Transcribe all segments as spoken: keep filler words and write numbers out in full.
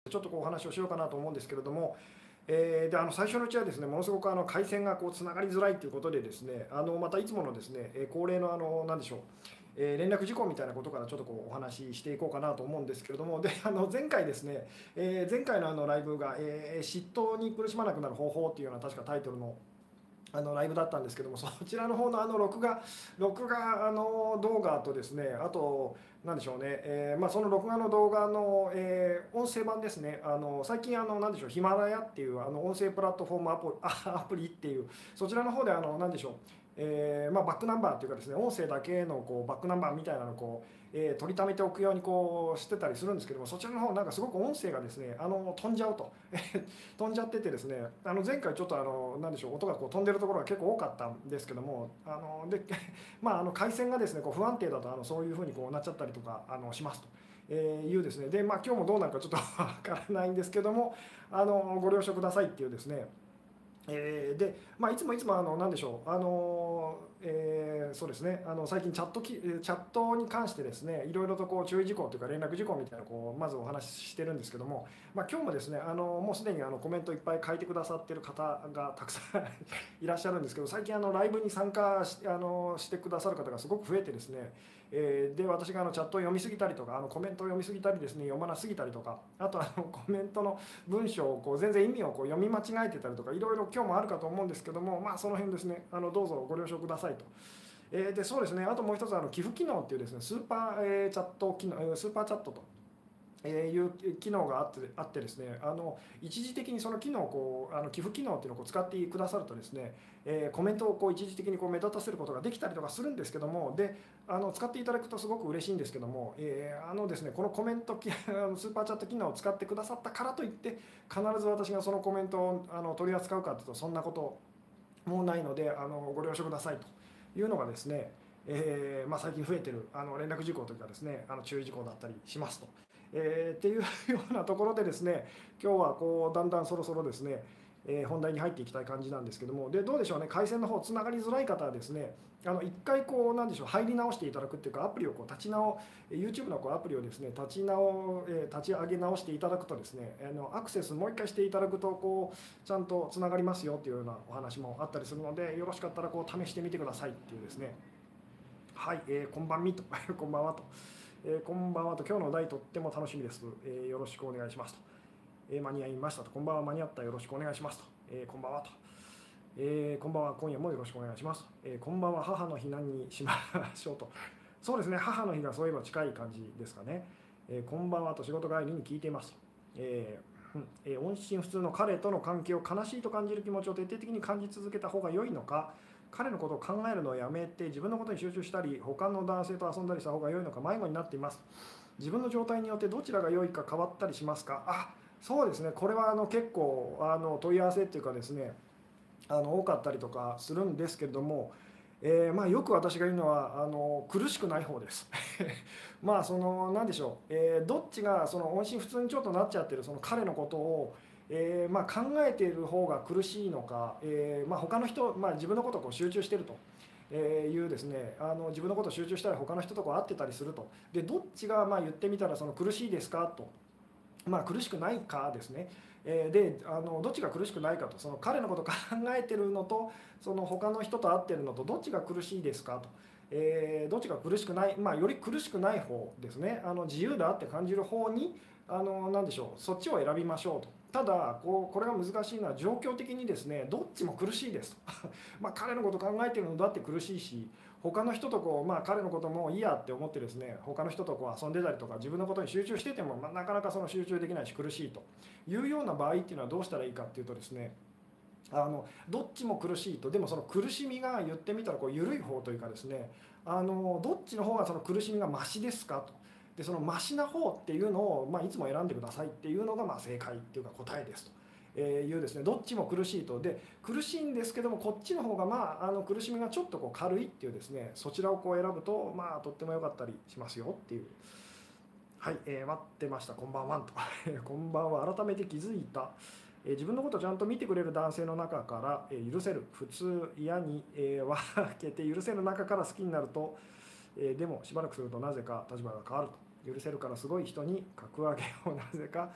ちょっとこうお話をしようかなと思うんですけれども、えーであの最初のうちはですね、ものすごくあの回線がこうつながりづらいということでですね、あのまたいつものですね、えー恒例のあの何でしょう、えー連絡事項みたいなことからちょっとこうお話ししていこうかなと思うんですけれども、であの前回ですね、えー前回のあのライブが、えー嫉妬に苦しまなくなる方法っていうような確かタイトルのあのライブだったんですけども、そちらの方のあの録画、録画あの動画とですね、あと、なんでしょうね、えーまあ、その録画の動画の、えー音声版ですね、あの最近あの、なんでしょう、ヒマラヤっていうあの音声プラットフォームアプあアプリっていう、そちらの方であの、なんでしょう、えーまあ、バックナンバーっていうかですね、音声だけのこうバックナンバーみたいなのをこう、えー取りためておくようにこうしてたりするんですけども、そちらの方なんかすごく音声がですね、あの飛んじゃうと。飛んじゃっててですね、あの前回ちょっとあのなんでしょう、音がこう飛んでるところが結構多かったんですけども、あのでまああの回線がですねこう不安定だとあのそういうふうにこうなっちゃったりとかあのしますと。えーいうですね、でまあ今日もどうなるかちょっとわからないんですけども、あのご了承くださいっていうですね、えーで、まあ、いつもいつもあの何でしょう、あのえーそうですね、あの最近チャットき、チャットに関してですね、いろいろとこう注意事項というか連絡事項みたいなのをこうまずお話ししてるんですけども、まあ、今日もですね、あのもうすでにあのコメントいっぱい書いてくださってる方がたくさんいらっしゃるんですけど、最近あのライブに参加しあのしてくださる方がすごく増えてですね、えーで私があのチャットを読みすぎたりとか、あのコメントを読みすぎたりですね、読まなすぎたりとか、あとあのコメントの文章をこう全然意味をこう読み間違えてたりとかいろいろ今日もあるかと思うんですけども、まあ、その辺ですね、あのどうぞご了承くださいと。えーでそうですね、あともう一つあの寄付機能っていうですねスーパー、えーチャット機能、えースーパーチャットとえーいう機能があってあってですね、あの一時的にその機能をこうあの寄付機能っていうのをこう使ってくださるとですね、えーコメントをこう一時的にこう目立たせることができたりとかするんですけども、であの使っていただくとすごく嬉しいんですけども、えーあのですね、このコメント機あのスーパーチャット機能を使ってくださったからといって必ず私がそのコメントをあの取り扱うかというとそんなこともうないので、あのご了承くださいというのがですね、えーまあ、最近増えてるあの連絡事項というかですね、あの注意事項だったりしますと。えーっていうようなところでですね、今日はこうだんだんそろそろですね、えー本題に入っていきたい感じなんですけども、でどうでしょうね、回線の方つながりづらい方はですね、あの一回こうなんでしょう、入り直していただくっていうか、アプリをこう立ち直 YouTube のこうアプリをですね立ち直、えー立ち上げ直していただくとですね、あのアクセスもう一回していただくとこうちゃんとつながりますよっていうようなお話もあったりするので、よろしかったらこう試してみてくださいっていうですね。はい、えー、こんばんみとこんばんはと、えーこんばんはと、今日の題とっても楽しみです、えーよろしくお願いしますと、えー間に合いましたと、こんばんは、間に合った、よろしくお願いしますと、えーこんばんはと、えーこんばんは、今夜もよろしくお願いします、えーこんばんは、母の日何にしましょうと。そうですね、母の日がそういえば近い感じですかね。えーこんばんはと、仕事帰りに聞いていますと。えーうんえー音信不通の彼との関係を悲しいと感じる気持ちを徹底的に感じ続けた方が良いのか、彼のことを考えるのをやめて自分のことに集中したり他の男性と遊んだりした方が良いのか迷子になっています。自分の状態によってどちらが良いか変わったりしますか。あ、そうですね、これはあの結構あの問い合わせっていうかですね、あの多かったりとかするんですけれども、えーまあ、よく私が言うのはあの苦しくない方ですまあその何でしょう、えーどっちがその音信不通にちょっとなっちゃってるその彼のことを、えーまあ、考えている方が苦しいのか、えーまあ、他の人、まあ、自分のことをこう集中してると。えーいうですね、あの自分のことを集中したり他の人とこう会ってたりすると。でどっちがまあ言ってみたらその苦しいですかと、まあ、苦しくないかですね。えーであのどっちが苦しくないかと、その彼のことを考えてるのとその他の人と会ってるのとどっちが苦しいですかと、えーどっちが苦しくない、まあ、より苦しくない方ですね、あの自由だって感じる方にあの何でしょう、そっちを選びましょうと。ただこうこれが難しいのは状況的にですね、どっちも苦しいですとまあ彼のこと考えてるのだって苦しいし、他の人とこう、まあ、彼のこともいいやって思ってですね他の人とこう遊んでたりとか自分のことに集中してても、まあ、なかなかその集中できないし苦しいというような場合っていうのはどうしたらいいかっていうとですね、あのどっちも苦しいと、でもその苦しみが言ってみたらこう緩い方というかですね、あのどっちの方がその苦しみがマシですかと。でそのマシな方っていうのを、まあ、いつも選んでくださいっていうのがまあ正解っていうか答えですと。えーいうですね、どっちも苦しいと。で苦しいんですけどもこっちの方がまああの苦しみがちょっとこう軽いっていうですね、そちらをこう選ぶとまあとっても良かったりしますよっていう。はい、えー待ってました、こんばんはとこんばんは、改めて気づいた、えー自分のことをちゃんと見てくれる男性の中から、えー許せる、普通、嫌に、えー分けて許せる中から好きになると、えーでもしばらくするとなぜか立場が変わると。許せるからすごい人に格上げをなぜか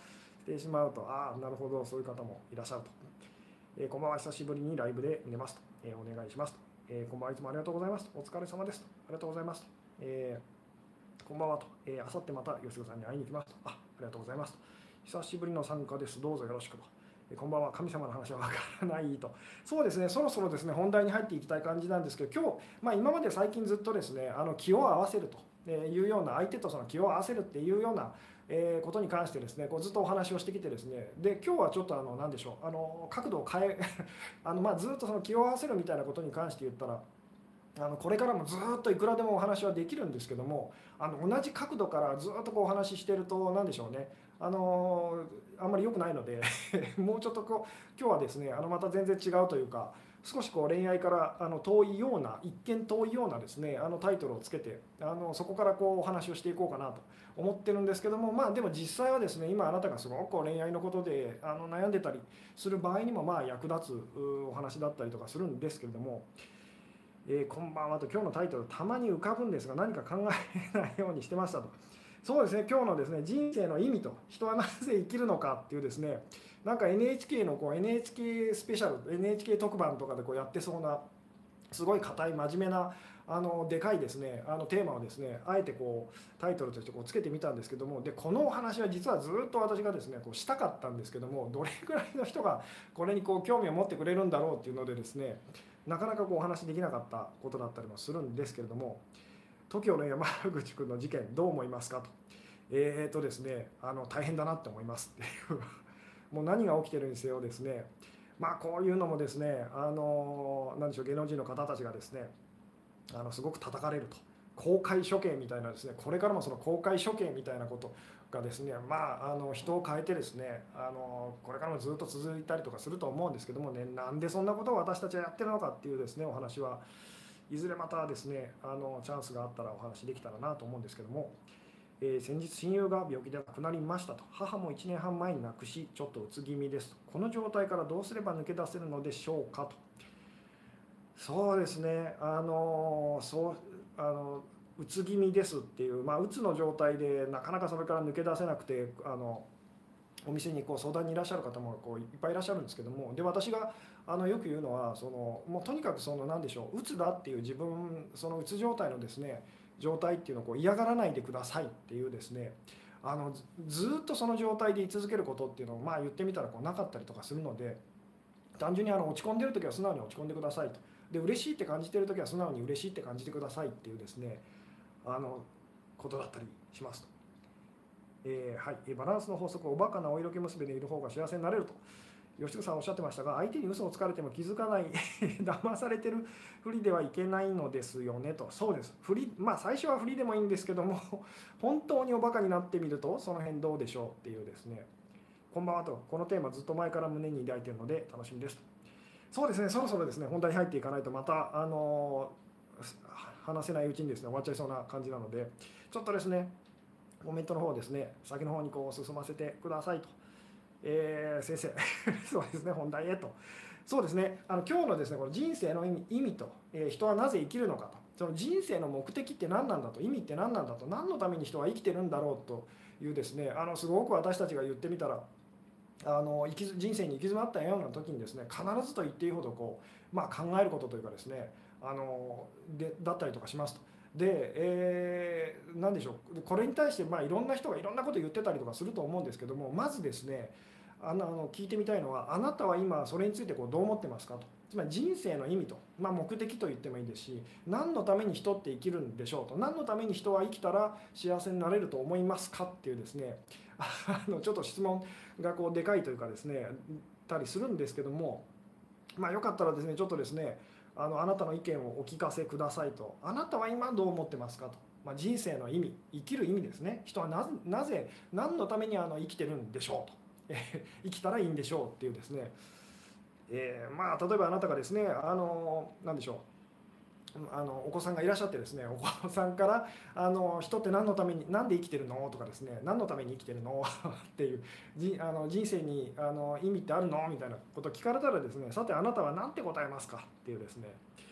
してしまうと、ああなるほど、そういう方もいらっしゃると。えー、こんばんは、久しぶりにライブで寝ますと、えー、お願いしますと、えー、こんばんはいつもありがとうございますと、お疲れ様ですと、ありがとうございますと、えー、こんばんはと、えー、あさってまた吉野さんに会いに行きますと、あ、ありがとうございますと、久しぶりの参加です、どうぞよろしくと、えー、こんばんは、神様の話はわからないと。そうですね、そろそろですね、本題に入っていきたい感じなんですけど、今日、まあ、今まで最近ずっとですね、あの気を合わせるというような、相手とその気を合わせるっていうようなえーことに関してですね、こうずっとお話をしてきてですね、で今日はちょっとあの何でしょう、あの角度を変えあのまあずっとその気を合わせるみたいなことに関して言ったら、あのこれからもずっといくらでもお話はできるんですけども、あの同じ角度からずっとこうお話ししてると何でしょうね、あのあんまり良くないのでもうちょっとこう今日はですね、あのまた全然違うというか、少しこう恋愛からあの遠いような、一見遠いようなですね、あのタイトルをつけて、あのそこからこうお話をしていこうかなと思ってるんですけども、まあでも実際はですね、今あなたがすごくこう恋愛のことであの悩んでたりする場合にもまあ役立つお話だったりとかするんですけれども、えー、こんばんはと、今日のタイトルたまに浮かぶんですが何か考えないようにしてましたと。そうですね、今日のですね、人生の意味と人はなぜ生きるのかっていうですね、なんか エヌエイチケー のこう エヌエイチケー スペシャル エヌエイチケー 特番とかでこうやってそうな、すごい硬い真面目なあのでかいですね、あのテーマをですね、あえてこうタイトルとしてこうつけてみたんですけども、でこのお話は実はずっと私がですねこうしたかったんですけども、どれくらいの人がこれにこう興味を持ってくれるんだろうっていうのでですね、なかなかこうお話できなかったことだったりもするんですけれども、 トキオの山口君の事件どう思いますかと。えーとですね、あの大変だなって思いますっていうもう何が起きてるにせよですね、まあこういうのもですね、あの何でしょう、芸能人の方たちがですね、あのすごく叩かれると、公開処刑みたいなですね、これからもその公開処刑みたいなことがですね、まあ、あの人を変えてですね、あのこれからもずっと続いたりとかすると思うんですけどもね、なんでそんなことを私たちはやってるのかっていうですねお話はいずれまたですね、あのチャンスがあったらお話できたらなと思うんですけども、えー先日親友が病気で亡くなりましたと、母もいちねんはん前に亡くしちょっとうつ気味ですと、この状態からどうすれば抜け出せるのでしょうかと。そうですね、あのそうあのうつ気味ですっていう、まあ、うつの状態でなかなかそれから抜け出せなくて、あのお店にこう相談にいらっしゃる方もこういっぱいいらっしゃるんですけども、で私があのよく言うのは、そのもうとにかくその何でしょう、うつだっていう自分、そのうつ状態のですね状態っていうのをこう嫌がらないでくださいっていうですね、あのずずっとその状態で居続けることっていうのをまあ言ってみたらこうなかったりとかするので、単純にあの落ち込んでる時は素直に落ち込んでくださいと、で嬉しいって感じてる時は素直に嬉しいって感じてくださいっていうですね、あのことだったりしますと。えーはい、バランスの法則、おバカなお色気娘でいる方が幸せになれると吉野さんおっしゃってましたが、相手に嘘をつかれても気づかない騙されてるふりではいけないのですよねと。そうです、ふり、まあ最初はふりでもいいんですけども本当におバカになってみるとその辺どうでしょうっていうですね、こんばんはと、このテーマずっと前から胸に抱いているので楽しみですと。そうですね、そろそろですね本題に入っていかないとまたあの話せないうちにですね終わっちゃいそうな感じなので、ちょっとですねコメントの方ですね、先の方にこう進ませてくださいと。えー、先生そうですね、本題へと。そうですね、あの今日のですねこの人生の意味意味と、えー人はなぜ生きるのかと、その人生の目的って何なんだと、意味って何なんだと、何のために人は生きてるんだろうというですね、あのすごく私たちが言ってみたら、あの生き人生に行き詰まったような時にですね、必ずと言っていいほどこう、まあ、考えることというかですね、あのでだったりとかしますと。で、えー、何でしょう、これに対してまあいろんな人がいろんなこと言ってたりとかすると思うんですけども、まずですね、あのあの聞いてみたいのは、あなたは今それについてこうどう思ってますかと。つまり人生の意味と、まあ、目的と言ってもいいですし、何のために人って生きるんでしょうと、何のために人は生きたら幸せになれると思いますかっていうですね、あのちょっと質問がこうでかいというかですね、たりするんですけども、まあ、よかったらですねちょっとですね、あのあなたの意見をお聞かせくださいと。あなたは今どう思ってますかと。まあ、人生の意味、生きる意味ですね。人はなぜなぜ何のためにあの生きてるんでしょうと、え生きたらいいんでしょうっていうですね、えーまあ、例えばあなたがですね、あの何でしょう、あのお子さんがいらっしゃってですね、お子さんからあの人って何のために、何で生きてるのとかですね、何のために生きてるのっていう、じあの人生にあの意味ってあるのみたいなことを聞かれたらですね、さてあなたは何て答えますかっていうですね、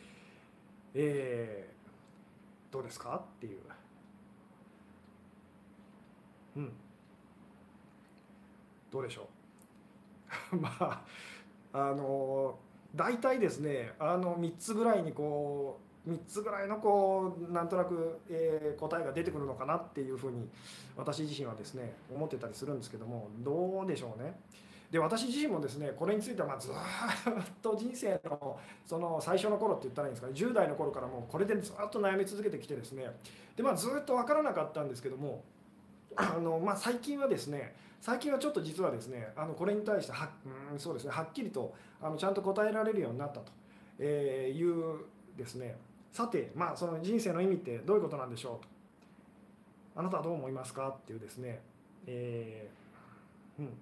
えー、どうですかっていう、うん、 どうでしょう。まああの大体ですねあのみっつぐらいにこうみっつぐらいのこうなんとなく、えー答えが出てくるのかなっていうふうに私自身はですね思ってたりするんですけども、どうでしょうね。で私自身もですねこれについてはまあずーっと人生のその最初の頃って言ったらいいんですかね、じゅう代の頃からもうこれでずっと悩み続けてきてですね、でまあずっと分からなかったんですけども、あのまあ、最近はですね最近はちょっと実はですねあのこれに対してはうんそうですねはっきりとあのちゃんと答えられるようになったとえーいうですね、さてまあその人生の意味ってどういうことなんでしょうと、あなたはどう思いますかっていうですね、えーうん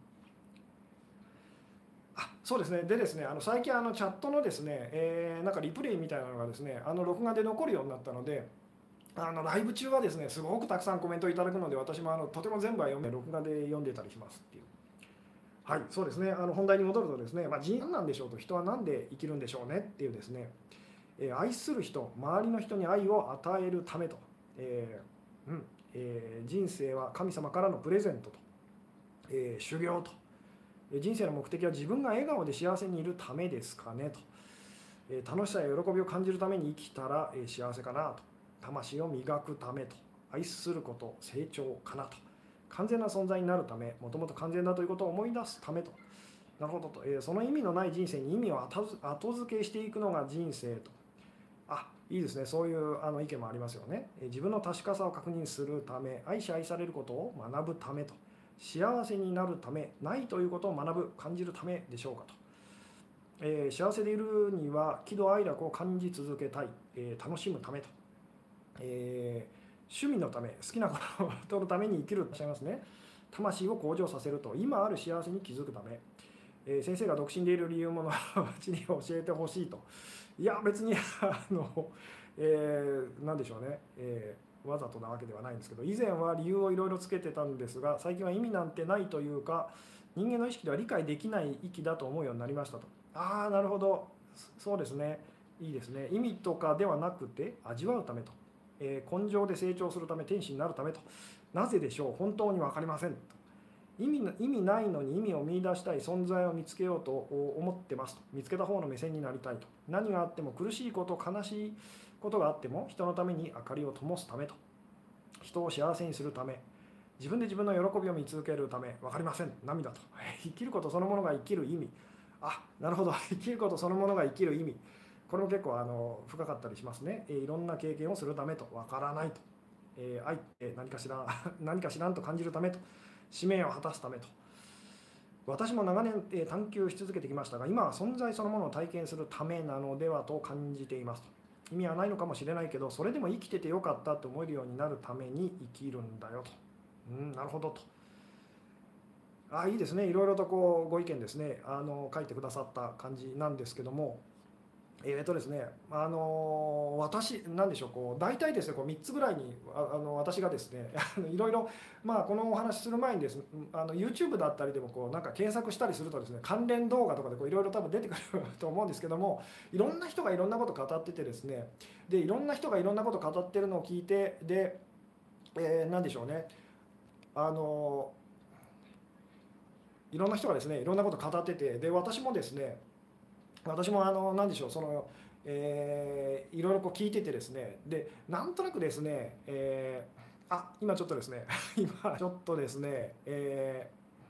あそうですねでですねあの最近あのチャットのですね、えーなんかリプレイみたいなのがですねあの録画で残るようになったので、あのライブ中はですねすごくたくさんコメントいただくので、私もあのとても全部は読んで録画で読んでたりしますっていう。はい、そうですね。あの本題に戻るとですね、まあ、人何なんでしょうと、人は何で生きるんでしょうねっていうですね、えー愛する人、周りの人に愛を与えるためと、えーうんえー人生は神様からのプレゼントと、えー修行と、えー人生の目的は自分が笑顔で幸せにいるためですかねと、えー楽しさや喜びを感じるために生きたら、えー幸せかなと、魂を磨くためと、愛すること、成長かなと、完全な存在になるため、もともと完全だということを思い出すためと、なるほどと、えーその意味のない人生に意味を後付後付けしていくのが人生と。あ、いいですね。そういうあの意見もありますよね。えー自分の確かさを確認するため、愛し愛されることを学ぶためと、幸せになるため、ないということを学ぶ、感じるためでしょうかと。えー幸せでいるには喜怒哀楽を感じ続けたい、えー楽しむためと、えー趣味のため、好きなことのために生きるとおっしゃいますね。魂を向上させると、今ある幸せに気づくため、えー先生が独身でいる理由も後に教えてほしいと。いや別にあの、えー、何でしょうね、えーわざとなわけではないんですけど、以前は理由をいろいろつけてたんですが、最近は意味なんてないというか、人間の意識では理解できない域だと思うようになりましたと。ああなるほど、そうですね、いいですね。意味とかではなくて味わうためと、えー根性で成長するため、天使になるためと。なぜでしょう、本当に分かりませんと。意味の意味ないのに意味を見出したい、存在を見つけようと思ってますと。見つけた方の目線になりたいと。何があっても、苦しいこと悲しいことがあっても、人のために明かりを灯すためと。人を幸せにするため、自分で自分の喜びを見続けるため、分かりません、涙と。生きることそのものが生きる意味。あ、なるほど、生きることそのものが生きる意味。これも結構あの深かったりしますね。いろんな経験をするためと、分からないと。えー愛って何かしら何か知らんと感じるためと、使命を果たすためと。私も長年えー探求し続けてきましたが、今は存在そのものを体験するためなのではと感じていますと。意味はないのかもしれないけど、それでも生きててよかったと思えるようになるために生きるんだよと。うん、なるほどと。あ、いいですね。いろいろとこうご意見ですね、あの書いてくださった感じなんですけども、えーとですね、あの私、なんでしょう、こう大体ですね、こうみっつぐらいにああの私がですね、あのいろいろ、まあ、このお話しする前にですね、あの YouTube だったりでもこうなんか検索したりするとですね、関連動画とかでこういろいろ多分出てくると思うんですけども、いろんな人がいろんなこと語っててですね、でいろんな人がいろんなこと語ってるのを聞いて、で、えー、なんでしょうね、あのいろんな人がですね、いろんなこと語ってて、で私もですね、私もあの何でしょう、その、えーいろいろこう聞いててですね、でなんとなくですね、えーあ今ちょっとですね今ちょっとですね、え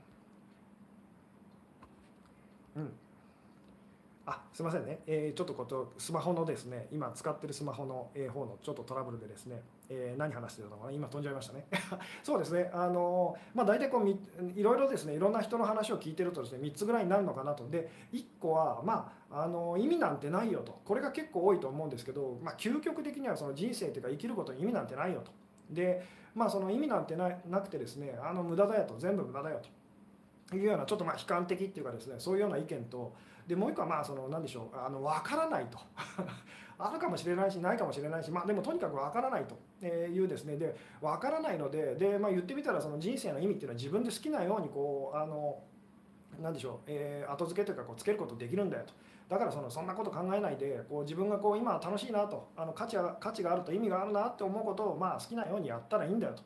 ーうんあすみませんね、えーちょっとことスマホのですね、今使ってるスマホのえー方のちょっとトラブルでですね、えー何話してたのかな、今飛んじゃいましたねそうですね、あのまあ、大体こうみいろいろですね、いろんな人の話を聞いてるとですね、みっつぐらいになるのかなと。でいっこは、まあ、あの意味なんてないよと。これが結構多いと思うんですけど、まあ、究極的にはその人生というか生きることに意味なんてないよと。で、まあ、その意味なんてななくてですね、あの無駄だよと、全部無駄だよというようなちょっとまあ悲観的っていうかですね、そういうような意見と、でもう一個はまあその何でしょう、あの分からないとあるかもしれないしないかもしれないし、まあ、でもとにかく分からないというですね、で分からないので、で、まあ、言ってみたらその人生の意味っていうのは自分で好きなようにこうあの何でしょう、えー後付けというかこうつけることできるんだよと。だからそのそんなこと考えないでこう自分がこう今楽しいなと、あの価値は価値があると意味があるなって思うことをまあ好きなようにやったらいいんだよと。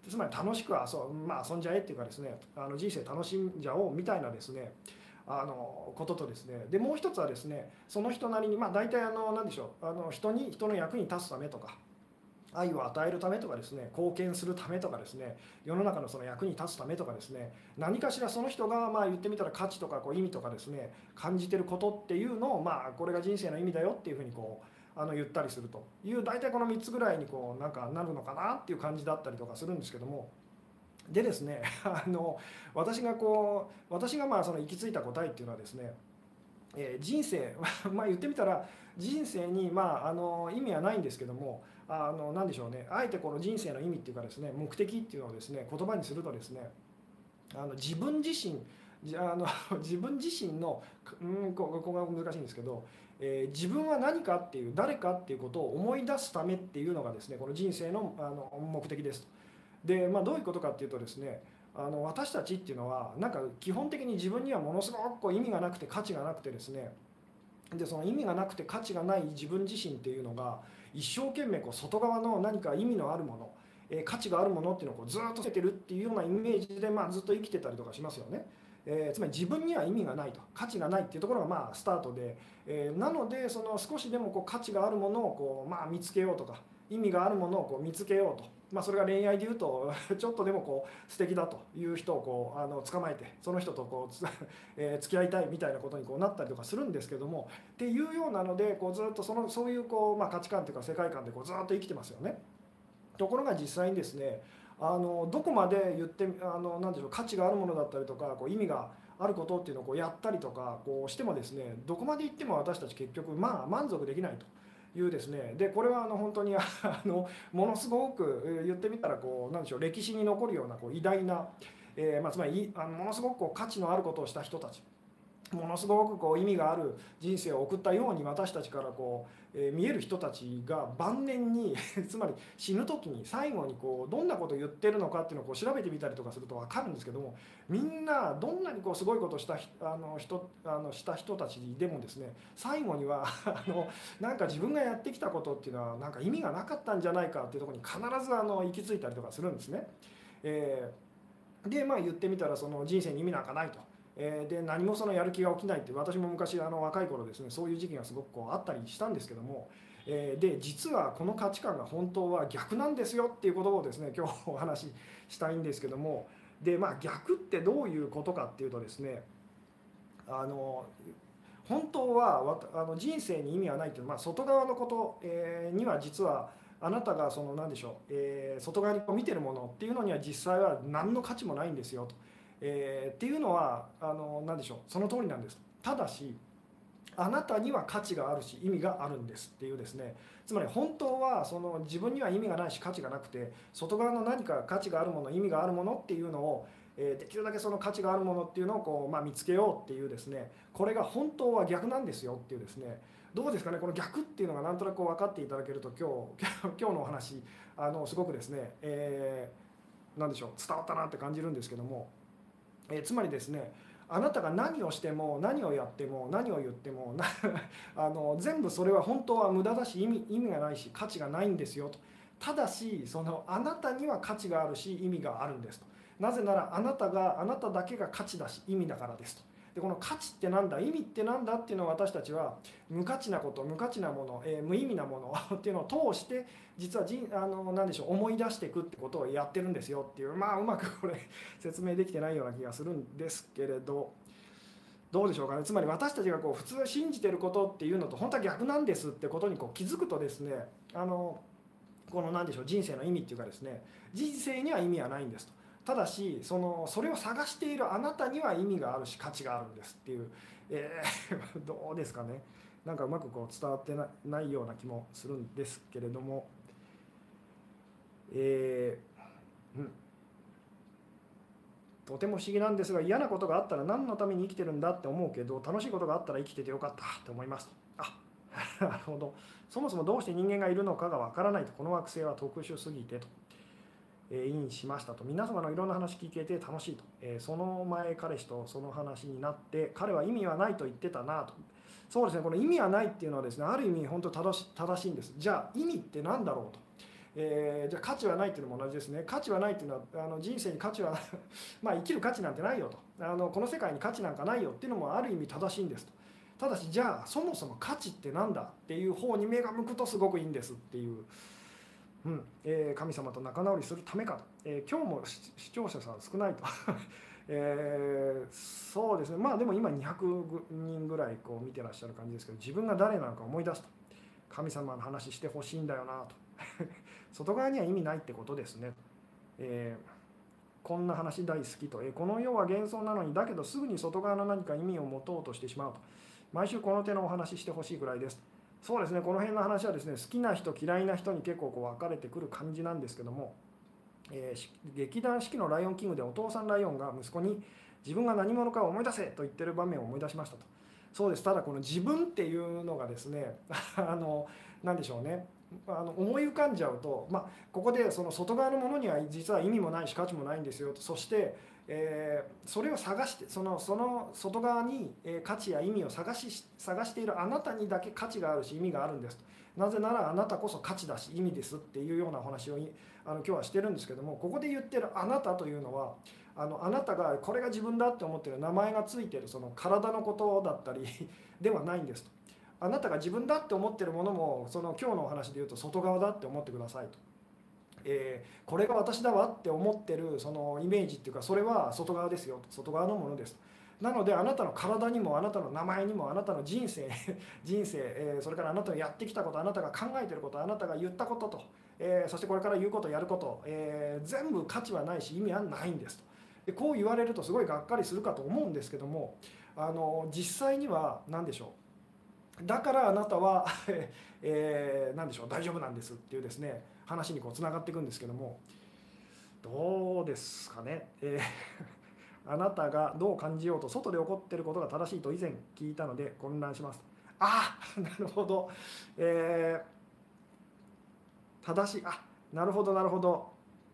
つまり楽しく遊,、まあ、遊んじゃえっていうかですね、あの人生楽しんじゃおうみたいなですね、あのこととですね、でもう一つはですね、その人なりに、まあ、大体あの何でしょう、あの人に人の役に立つためとか、愛を与えるためとかですね、貢献するためとかですね、世の中のその役に立つためとかですね、何かしらその人がまあ言ってみたら価値とかこう意味とかですね、感じてることっていうのを、まあこれが人生の意味だよっていうふうにこうあの言ったりするという、大体このみっつぐらいにこうなんかなるのかなっていう感じだったりとかするんですけども、でですね、あの私がこう私がまあその行き着いた答えっていうのはですね、えー人生まあ言ってみたら人生にまああの意味はないんですけども、あの何でしょうね、あえてこの人生の意味っていうかですね、目的っていうのをですね言葉にするとですね、あの自分自身じあの自分自身のうんこここが難しいんですけど、えー自分は何かっていう誰かっていうことを思い出すためっていうのがですねこの人生のあの目的です。で、まあ、どういうことかっていうとですね、あの私たちっていうのはなんか基本的に自分にはものすごくこう意味がなくて価値がなくてですね、でその意味がなくて価値がない自分自身っていうのが一生懸命こう外側の何か意味のあるもの、えー価値があるものっていうのをこうずっとつけてるっていうようなイメージで、まあ、ずっと生きてたりとかしますよね。えーつまり自分には意味がないと、価値がないっていうところがまあスタートで、えーなのでその少しでもこう価値があるものをこう、まあ、見つけようとか、意味があるものをこう見つけようと、まあ、それが恋愛でいうとちょっとでもこう素敵だという人をこうあの捕まえてその人とこうつ、えー付き合いたいみたいなことにこうなったりとかするんですけども、っていうようなのでこうずっとそのそういうこう、まあ、価値観というか世界観でこうずっと生きてますよね。ところが実際にですね、あのどこまで言ってあのなんでしょう、価値があるものだったりとかこう意味があることっていうのをこうやったりとかこうしてもですね、どこまで行っても私たち結局まあ満足できないというですね、でこれはあの本当にあのものすごくえー言ってみたらこうなんでしょう、歴史に残るようなこう偉大な、えーまあ、つまりいあのものすごくこう価値のあることをした人たち、ものすごくこう意味がある人生を送ったように私たちからこう、えー見える人たちが晩年につまり死ぬ時に最後にこうどんなことを言ってるのかっていうのをこう調べてみたりとかすると分かるんですけども、みんなどんなにこうすごいことをしたひあの人あのした人たちでもですね、最後にはあのなんか自分がやってきたことっていうのはなんか意味がなかったんじゃないかっていうところに必ずあの行き着いたりとかするんですね。えーでまあ言ってみたらその人生に意味なんかないと。えーで何もそのやる気が起きないって、私も昔あの若い頃ですねそういう時期がすごくこうあったりしたんですけども、えーで実はこの価値観が本当は逆なんですよっていうことをですね今日お話ししたいんですけども、でまあ逆ってどういうことかっていうとですね、あの本当はわたあの人生に意味はないっていうのは、まあ、外側のこと、えーには実はあなたがその何でしょう、えー外側にこう見てるものっていうのには実際は何の価値もないんですよと、えーっていうのはあの何でしょう、その通りなんです。ただしあなたには価値があるし意味があるんですっていうですね、つまり本当はその自分には意味がないし価値がなくて、外側の何か価値があるもの、意味があるものっていうのを、えーできるだけその価値があるものっていうのをこう、まあ、見つけようっていうですね、これが本当は逆なんですよっていうですね、どうですかね、この逆っていうのがなんとなく分かっていただけると今日今日のお話あのすごくですね、えー、何でしょう、伝わったなって感じるんですけども、えーつまりですね、あなたが何をしても何をやっても何を言ってもなあの全部それは本当は無駄だし意味意味がないし価値がないんですよと。ただしそのあなたには価値があるし意味があるんですと。なぜならあなたがあなただけが価値だし意味だからですと。でこの価値ってなんだ、意味ってなんだっていうのを私たちは無価値なこと、無価値なもの、えー無意味なものっていうのを通して実は人あの何でしょう、思い出していくってことをやってるんですよっていう、まあうまくこれ説明できてないような気がするんですけれど、どうでしょうかね。つまり私たちがこう普通信じてることっていうのと本当は逆なんですってことにこう気づくとですね、あのこの何でしょう、人生の意味っていうかですね、人生には意味はないんですと。ただしそのそれを探しているあなたには意味があるし価値があるんですっていう、えーどうですかね、なんかうまくこう伝わってなないような気もするんですけれども、えーうん、とても不思議なんですが、嫌なことがあったら何のために生きてるんだって思うけど、楽しいことがあったら生きててよかったって思いますと。あなるほど。そもそもどうして人間がいるのかがわからないと、この惑星は特殊すぎてと、えー、インしましたと。皆様のいろんな話聞けて楽しいと、えーその前彼氏とその話になって、彼は意味はないと言ってたなと。そうですね、この意味はないっていうのはですね、ある意味本当正し正しいんです。じゃあ意味って何だろうと。 えー、じゃあ価値はないっていうのも同じですね。価値はないっていうのはあの人生に価値はまあ生きる価値なんてないよと、あのこの世界に価値なんかないよっていうのもある意味正しいんですと。ただしじゃあそもそも価値ってなんだっていう方に目が向くとすごくいいんですっていう、うんえー、神様と仲直りするためかと、えー、今日も視聴者さん少ないとえー、そうですね、まあでも今にひゃくにんぐらいこう見てらっしゃる感じですけど、自分が誰なのか思い出すと、神様の話してほしいんだよなと外側には意味ないってことですね。えー、こんな話大好きと、えー、この世は幻想なのにだけどすぐに外側の何か意味を持とうとしてしまうと、毎週この手のお話してほしいぐらいです。そうですね、この辺の話はですね、好きな人嫌いな人に結構こう分かれてくる感じなんですけども、えー、劇団四季のライオンキングでお父さんライオンが息子に自分が何者かを思い出せと言ってる場面を思い出しましたと。そうです。ただこの自分っていうのがですねあの何でしょうね、あの思い浮かんじゃうと、まあ、ここでその外側のものには実は意味もないし価値もないんですよと。そして、えー、それを探してそのその外側に価値や意味を探し探しているあなたにだけ価値があるし意味があるんですと。なぜならあなたこそ価値だし意味ですっていうようなお話をあの今日はしてるんですけども、ここで言ってるあなたというのはあのあなたがこれが自分だって思ってる名前がついてるその体のことだったりではないんですと。あなたが自分だって思ってるものもその今日のお話で言うと外側だって思ってくださいと。えー、これが私だわって思ってるそのイメージっていうか、それは外側ですよと、外側のものです。なのであなたの体にもあなたの名前にもあなたの人生人生、えー、それからあなたのやってきたこと、あなたが考えてること、あなたが言ったことと、えー、そしてこれから言うことやること、えー、全部価値はないし意味はないんですと。でこう言われるとすごいがっかりするかと思うんですけども、あの実際には何でしょう、だからあなたは、えー、何でしょう大丈夫なんですっていうですね話にこうつながっていくんですけども、どうですかね、えーあなたがどう感じようと外で起こっていることが正しいと以前聞いたので混乱します。あなるほど、えー、正しい、あなるほどなるほど、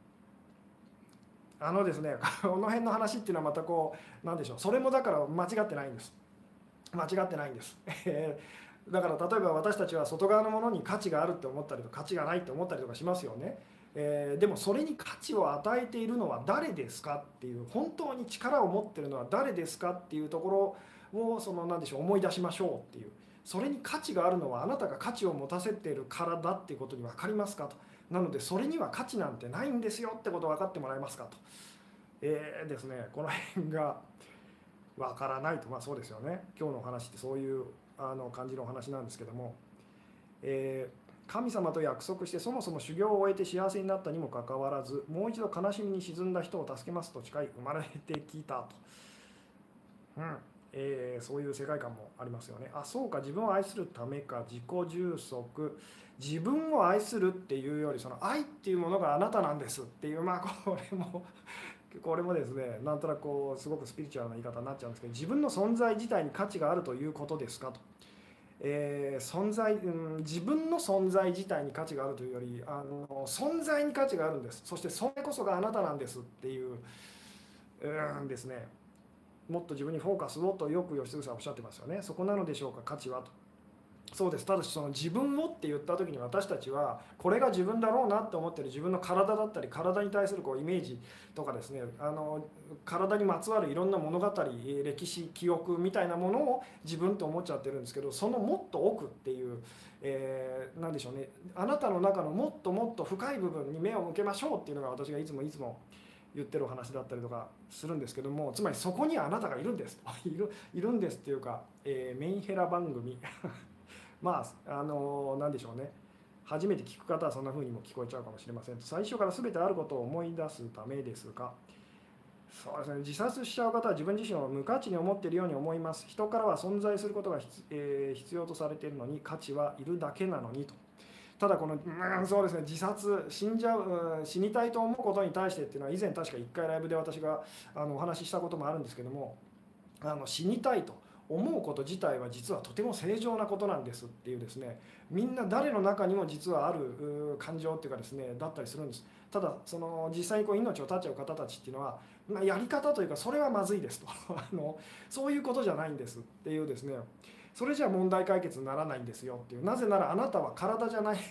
あのですねこの辺の話っていうのはまたこうなんでしょう、それもだから間違ってないんです。間違ってないんです。だから例えば私たちは外側のものに価値があるって思ったりとか価値がないって思ったりとかしますよね。えー、でもそれに価値を与えているのは誰ですかっていう、本当に力を持っているのは誰ですかっていうところをその何でしょう思い出しましょうっていう、それに価値があるのはあなたが価値を持たせているからだっていうことに分かりますかと。なのでそれには価値なんてないんですよってことを分かってもらえますかと。えー、ですねこの辺がわからないと、まあそうですよね。今日のお話ってそういうあの感じのお話なんですけども、えー神様と約束してそもそも修行を終えて幸せになったにもかかわらず、もう一度悲しみに沈んだ人を助けますと誓い生まれてきたと、うんえーそういう世界観もありますよね。あそうか、自分を愛するためか、自己充足、自分を愛するっていうよりその愛っていうものがあなたなんですっていう、まあこれもこれもですねなんとなくこうすごくスピリチュアルな言い方になっちゃうんですけど、自分の存在自体に価値があるということですかと。えー、存在、うん、自分の存在自体に価値があるというよりあの存在に価値があるんです、そしてそれこそがあなたなんですっていう、うんですね、もっと自分にフォーカスをとよく吉嗣さんおっしゃってますよね。そこなのでしょうか価値はと。そうです。ただしその自分をって言った時に私たちはこれが自分だろうなって思ってる自分の体だったり体に対するこうイメージとかですね、あの体にまつわるいろんな物語、歴史、記憶みたいなものを自分と思っちゃってるんですけど、そのもっと奥っていう、えー、何でしょうね、あなたの中のもっともっと深い部分に目を向けましょうっていうのが私がいつもいつも言ってるお話だったりとかするんですけども、つまりそこにはあなたがいるんですいるいるんですっていうか、えー、メンヘラ番組まああの何でしょうね、初めて聞く方はそんな風にも聞こえちゃうかもしれませんと。最初から全てあることを思い出すためですが、そうですね、自殺しちゃう方は自分自身を無価値に思っているように思います。人からは存在することが必,、えー必要とされているのに価値はいるだけなのにと。ただこの、うん、そうですね、自殺死んじゃう、うん、死にたいと思うことに対してっていうのは以前確かいっかいライブで私があのお話ししたこともあるんですけども、あの死にたいと思うこと自体は実はとても正常なことなんですっていうですね、みんな誰の中にも実はある感情っていうかですねだったりするんです。ただその実際にこう命を絶っちゃう方たちっていうのは、まあ、やり方というかそれはまずいですとあのそういうことじゃないんですっていうですね、それじゃ問題解決にならないんですよっていう。なぜならあなたは体じゃない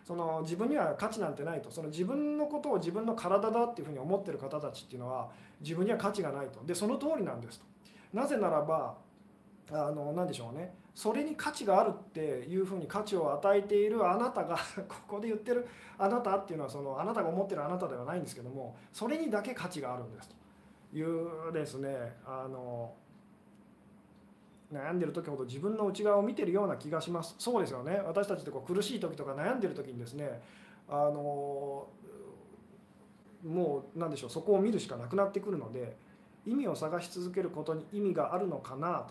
その自分には価値なんてないと、その自分のことを自分の体だっていうふうに思ってる方たちっていうのは自分には価値がないと。でその通りなんですと。なぜならばあの何でしょうね、それに価値があるっていうふうに価値を与えているあなたがここで言ってるあなたっていうのはそのあなたが思ってるあなたではないんですけども、それにだけ価値があるんですというですね、あの悩んでる時ほど自分の内側を見てるような気がします。そうですよね。私たちってこう苦しい時とか悩んでる時にですね、あのもう何でしょう、そこを見るしかなくなってくるので、意味を探し続けることに意味があるのかなと。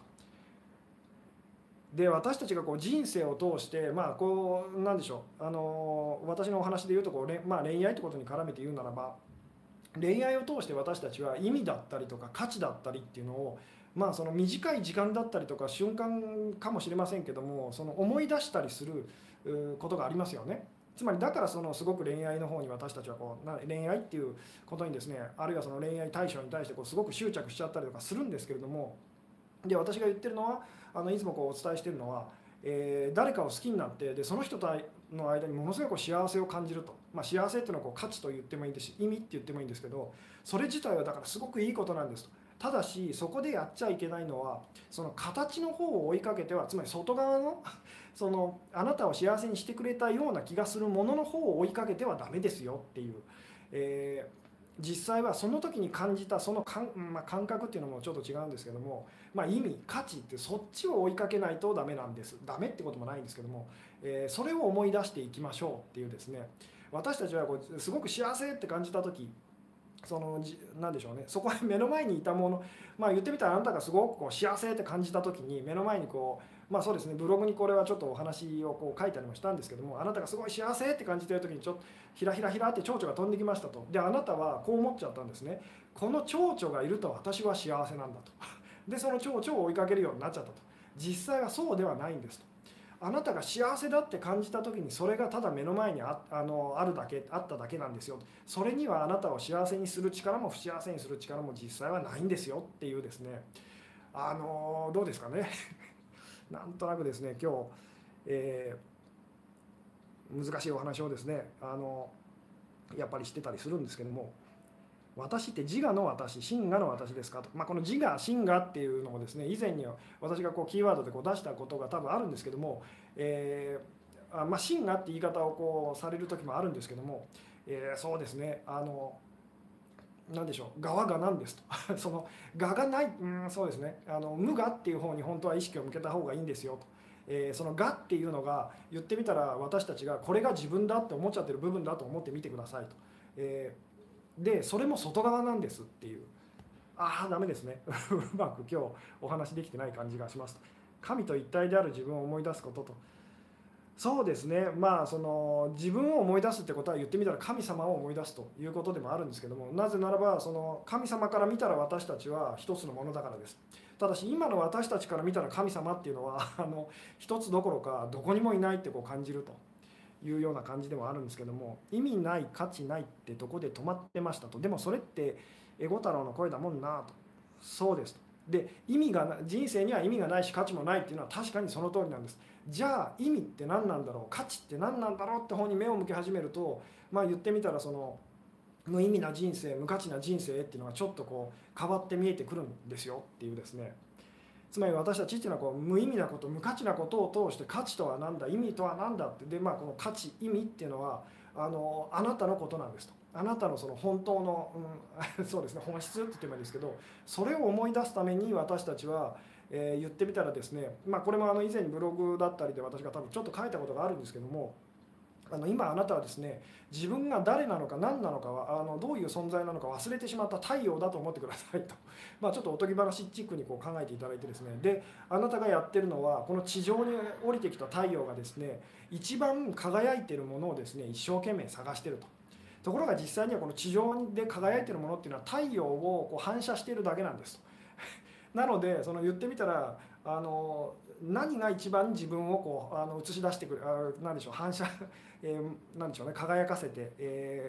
で私たちがこう人生を通してまあこうなんでしょう、あの私のお話で言うとこう、まあ、恋愛ってことに絡めて言うならば、恋愛を通して私たちは意味だったりとか価値だったりっていうのを、まあその短い時間だったりとか瞬間かもしれませんけども、その思い出したりすることがありますよね。つまりだからそのすごく恋愛の方に私たちはこう恋愛っていうことにですね、あるいはその恋愛対象に対してこうすごく執着しちゃったりとかするんですけれども、で私が言ってるのはあのいつもこうお伝えしているのは、えー誰かを好きになってでその人との間にものすごいこう幸せを感じると、まあ、幸せっていうのはこう価値と言ってもいいですし意味って言ってもいいんですけど、それ自体はだからすごくいいことなんですと。ただしそこでやっちゃいけないのはその形の方を追いかけては、つまり外側のそのあなたを幸せにしてくれたような気がするものの方を追いかけてはダメですよっていう、えー実際はその時に感じたその感、まあ、感覚っていうのもちょっと違うんですけども、まあ、意味価値ってそっちを追いかけないとダメなんです。ダメってこともないんですけども、えーそれを思い出していきましょうっていうですね、私たちはこうすごく幸せって感じた時、そのじなんでしょうね、そこに目の前にいたもの、まあ言ってみたらあなたがすごくこう幸せって感じた時に目の前にこう、まあそうですね、ブログにこれはちょっとお話をこう書いたりもしたんですけども、あなたがすごい幸せって感じてる時にちょっとひらひらひらって蝶々が飛んできましたと。であなたはこう思っちゃったんですね。この蝶々がいると私は幸せなんだと。でその蝶々を追いかけるようになっちゃったと。実際はそうではないんですと。あなたが幸せだって感じた時にそれがただ目の前に あ, あのあるだけあっただけなんですよ。それにはあなたを幸せにする力も不幸せにする力も実際はないんですよっていうですね、あのどうですかねなんとなくですね今日、えー難しいお話をですねあのやっぱりしてたりするんですけども、私って自我の私、真我の私ですかと、まあ、この自我、真我っていうのをですね、以前には私がこうキーワードでこう出したことが多分あるんですけども、えーあまあ、真我って言い方をこうされる時もあるんですけども、えーそうですね、あの何でしょう、我は我なんですとその我がない、うん、そうですね、あの無我っていう方に本当は意識を向けた方がいいんですよと。えーその我っていうのが言ってみたら私たちがこれが自分だって思っちゃってる部分だと思ってみてくださいと。えーでそれも外側なんですっていう、ああダメですねうまく今日お話できてない感じがします。神と一体である自分を思い出すことと、そうですね、まあその自分を思い出すってことは言ってみたら神様を思い出すということでもあるんですけども、なぜならばその神様から見たら私たちは一つのものだからです。ただし今の私たちから見たら神様っていうのはあの一つどころかどこにもいないってこう感じるというような感じでもあるんですけども、意味ない価値ないってとこで止まってましたと。でもそれってエゴ太郎の声だもんなと。そうですと。で意味が人生には意味がないし価値もないっていうのは確かにその通りなんです。じゃあ意味って何なんだろう、価値って何なんだろうって方に目を向け始めると、まあ言ってみたらその無意味な人生、無価値な人生っていうのがちょっとこう変わって見えてくるんですよっていうですね。つまり私たちっていうのはこう無意味なこと、無価値なことを通して価値とは何だ、意味とは何だって、でまあこの価値、意味っていうのはあのあなたのことなんですと。あなたのその本当の、うん、そうですね、本質って言ってもいいですけど、それを思い出すために私たちは、えー言ってみたらですね、まあこれもあの以前にブログだったりで私が多分ちょっと書いたことがあるんですけども、あの今あなたはですね、自分が誰なのか何なのかはあのどういう存在なのか忘れてしまった太陽だと思ってくださいとまあちょっとおとぎ話チックにこう考えていただいてですね、であなたがやってるのはこの地上に降りてきた太陽がですね一番輝いているものをですね一生懸命探していると。ところが実際にはこの地上で輝いているものっていうのは太陽をこう反射しているだけなんですと。なのでその言ってみたらあの何が一番自分をこうあの映し出してくる、あなんでしょう、反射、えー、なんでしょうね、輝かせて、えー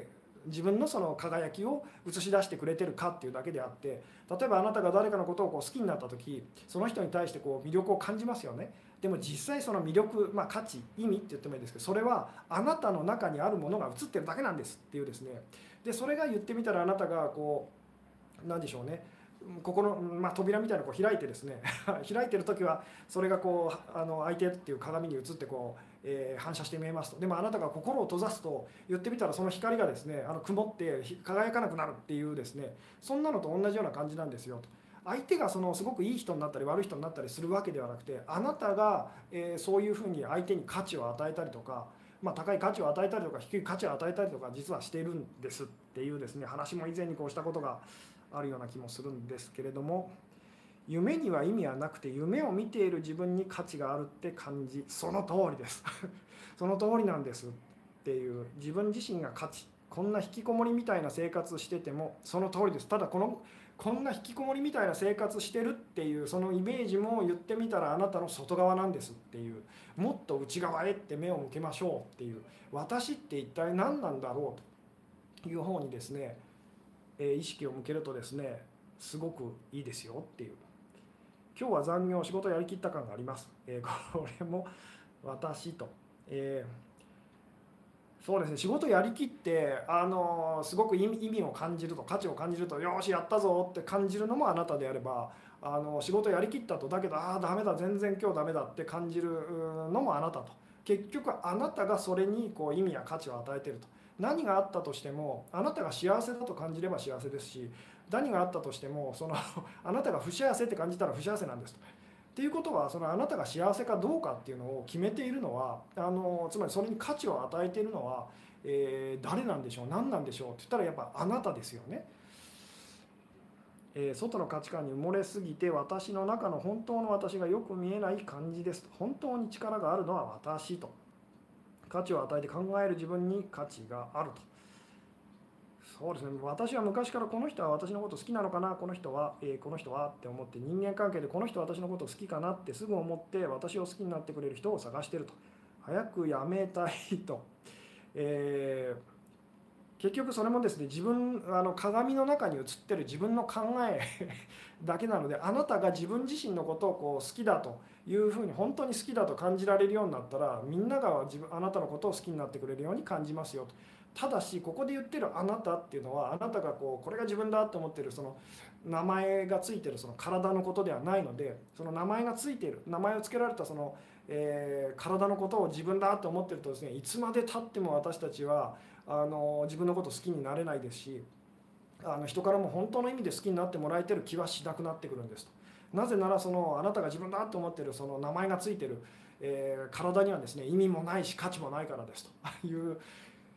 自分のその輝きを映し出してくれてるかっていうだけであって、例えばあなたが誰かのことをこう好きになった時、その人に対してこう魅力を感じますよね。でも実際その魅力、まあ、価値、意味って言ってもいいですけど、それはあなたの中にあるものが映ってるだけなんですっていうですね。でそれが言ってみたら、あなたがこう何でしょうね、ここの、まあ、扉みたいなのをこう開いてですね開いてる時はそれがこうあの相手っていう鏡に映ってこう、えー、反射して見えますと。でもあなたが心を閉ざすと、言ってみたらその光がですね、あの曇って輝かなくなるっていうですね、そんなのと同じような感じなんですよと。相手がそのすごくいい人になったり悪い人になったりするわけではなくて、あなたが、えー、そういうふうに相手に価値を与えたりとか、まあ、高い価値を与えたりとか低い価値を与えたりとか実はしているんですっていうですね、話も以前にこうしたことがあるような気もするんですけれども、夢には意味はなくて夢を見ている自分に価値があるって感じ、その通りですその通りなんですっていう、自分自身が価値、こんな引きこもりみたいな生活しててもその通りです。ただこのこんな引きこもりみたいな生活してるっていうそのイメージも言ってみたらあなたの外側なんですっていう、もっと内側へって目を向けましょうっていう、私って一体何なんだろうという方にですね、意識を向けるとですね、すごくいいですよっていう。今日は残業、仕事やりきった感があります、えー、これも私と、えー、そうですね、仕事やりきってあのすごく意味を感じると、価値を感じると、よしやったぞって感じるのもあなたであれば、あの仕事やりきったと、だけどああダメだ、全然今日ダメだって感じるのもあなたと。結局あなたがそれにこう意味や価値を与えていると。何があったとしてもあなたが幸せだと感じれば幸せですし、何があったとしてもそのあなたが不幸せって感じたら不幸せなんですと。っていうことは、そのあなたが幸せかどうかっていうのを決めているのは、あのつまりそれに価値を与えているのは、えー、誰なんでしょう、何なんでしょうって言ったらやっぱあなたですよね。えー、外の価値観に埋もれすぎて私の中の本当の私がよく見えない感じですと。本当に力があるのは私と。価値を与えて考える自分に価値があると。そうですね、私は昔からこの人は私のこと好きなのかな、この人は、えー、この人はって思って、人間関係でこの人は私のこと好きかなってすぐ思って、私を好きになってくれる人を探していると。早くやめたいと。えー結局それもですね、自分あの鏡の中に映ってる自分の考えだけなので、あなたが自分自身のことをこう好きだというふうに本当に好きだと感じられるようになったら、みんなが自分あなたのことを好きになってくれるように感じますよと。ただしここで言ってるあなたっていうのは、あなたがこうこれが自分だと思ってるその名前がついてるその体のことではないので、その名前がついている、名前を付けられたその、えー体のことを自分だと思ってるとですね、いつまでたっても私たちはあの自分のこと好きになれないですし、あの人からも本当の意味で好きになってもらえてる気はしなくなってくるんですと。なぜならそのあなたが自分だと思ってるその名前がついてる、えー体にはですね意味もないし価値もないからですという、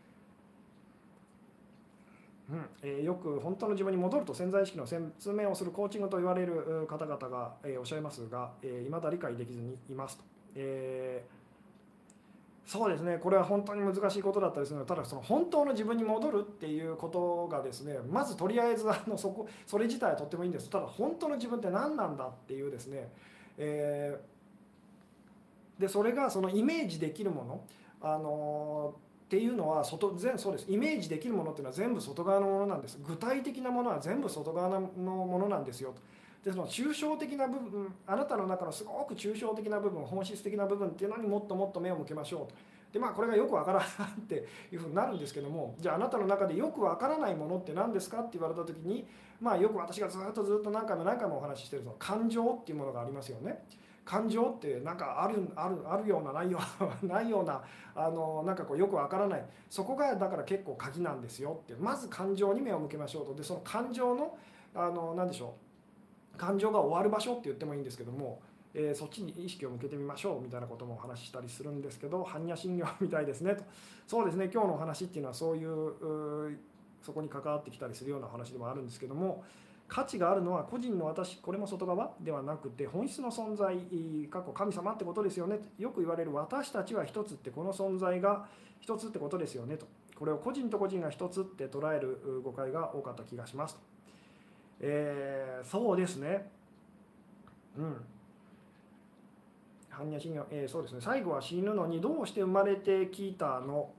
うんえーよく本当の自分に戻ると潜在意識の説明をするコーチングと言われる方々が、えーおっしゃいますが、えー、未だ理解できずにいますと。えーそうですね、これは本当に難しいことだったりするので、ただその本当の自分に戻るっていうことがですね、まずとりあえずあのそこそれ自体はとってもいいんです。ただ本当の自分って何なんだっていうですね、えーでそれがそのイメージできるもの、あのっていうのは外全そうです。イメージできるものっていうのは全部外側のものなんです。具体的なものは全部外側のものなんですよと。でその抽象的な部分、あなたの中のすごく抽象的な部分、本質的な部分っていうのにもっともっと目を向けましょうと。でまあこれがよくわからないっていうふうになるんですけども、じゃああなたの中でよくわからないものって何ですかって言われた時に、まあよく私がずっとずっと何回も何回もお話ししてるその感情っていうものがありますよね。感情ってなんかあるあるあるようなないようなないような、あのなんかこうよくわからない、そこがだから結構鍵なんですよって。まず感情に目を向けましょうと。でその感情のあの何でしょう、感情が終わる場所って言ってもいいんですけども、えー、そっちに意識を向けてみましょうみたいなこともお話ししたりするんですけど、般若心経みたいですねと。そうですね、今日のお話っていうのはそういうそこに関わってきたりするようなお話でもあるんですけども、価値があるのは個人の私、これも外側ではなくて本質の存在、過去神様ってことですよね。よく言われる私たちは一つって、この存在が一つってことですよねと。これを個人と個人が一つって捉える誤解が多かった気がしますと。えー、そうですね。うん。般若心経、えー、そうですね。最後は死ぬのにどうして生まれてきたの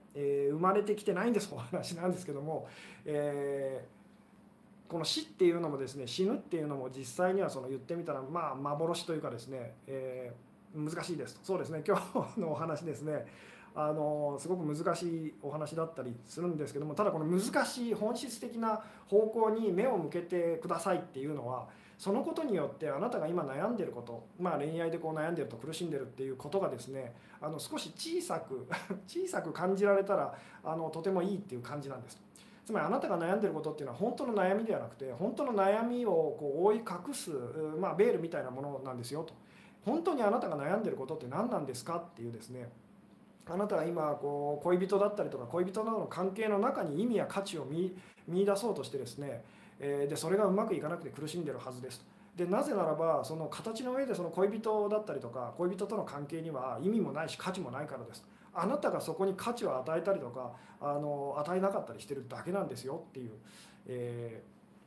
えー生まれてきてないんですお話なんですけども、えーこの死っていうのもですね、死ぬっていうのも実際にはその言ってみたらまあ幻というかですね、えー難しいですと。そうですね、今日のお話ですね、あのすごく難しいお話だったりするんですけども、ただこの難しい本質的な方向に目を向けてくださいっていうのは、そのことによってあなたが今悩んでること、まあ、恋愛でこう悩んでると苦しんでるっていうことがですね、あの少し小さく小さく感じられたらあのとてもいいっていう感じなんです。つまりあなたが悩んでることっていうのは本当の悩みではなくて、本当の悩みをこう覆い隠す、まあ、ベールみたいなものなんですよと。本当にあなたが悩んでることって何なんですかっていうですね、あなたは今こう恋人だったりとか恋人などの関係の中に意味や価値を見見出そうとしてですね、えーでそれがうまくいかなくて苦しんでるはずですと。でなぜならばその形の上でその恋人だったりとか恋人との関係には意味もないし価値もないからです。あなたがそこに価値を与えたりとかあの与えなかったりしてるだけなんですよっていう、え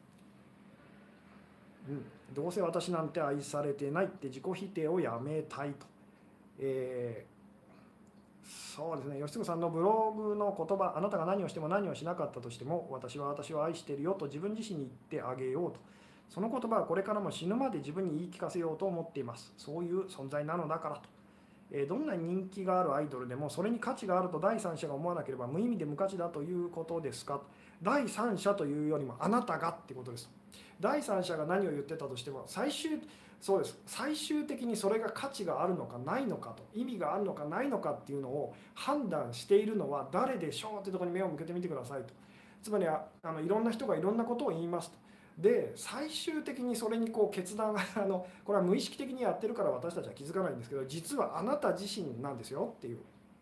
ーうん、どうせ私なんて愛されてないって自己否定をやめたいと。えーそうですね、吉嗣さんのブログの言葉、あなたが何をしても何をしなかったとしても、私は私を愛しているよと自分自身に言ってあげようと。その言葉はこれからも死ぬまで自分に言い聞かせようと思っています。そういう存在なのだからと。えーどんなに人気があるアイドルでも、それに価値があると第三者が思わなければ無意味で無価値だということですか。第三者というよりもあなたがってことです。第三者が何を言ってたとしても、最終そうです最終的にそれが価値があるのかないのかと、意味があるのかないのかっていうのを判断しているのは誰でしょうってところに目を向けてみてくださいと。つまりあのいろんな人がいろんなことを言いますと。で最終的にそれにこう決断があのこれは無意識的にやってるから私たちは気づかないんですけど、実はあなた自身なんですよっていう。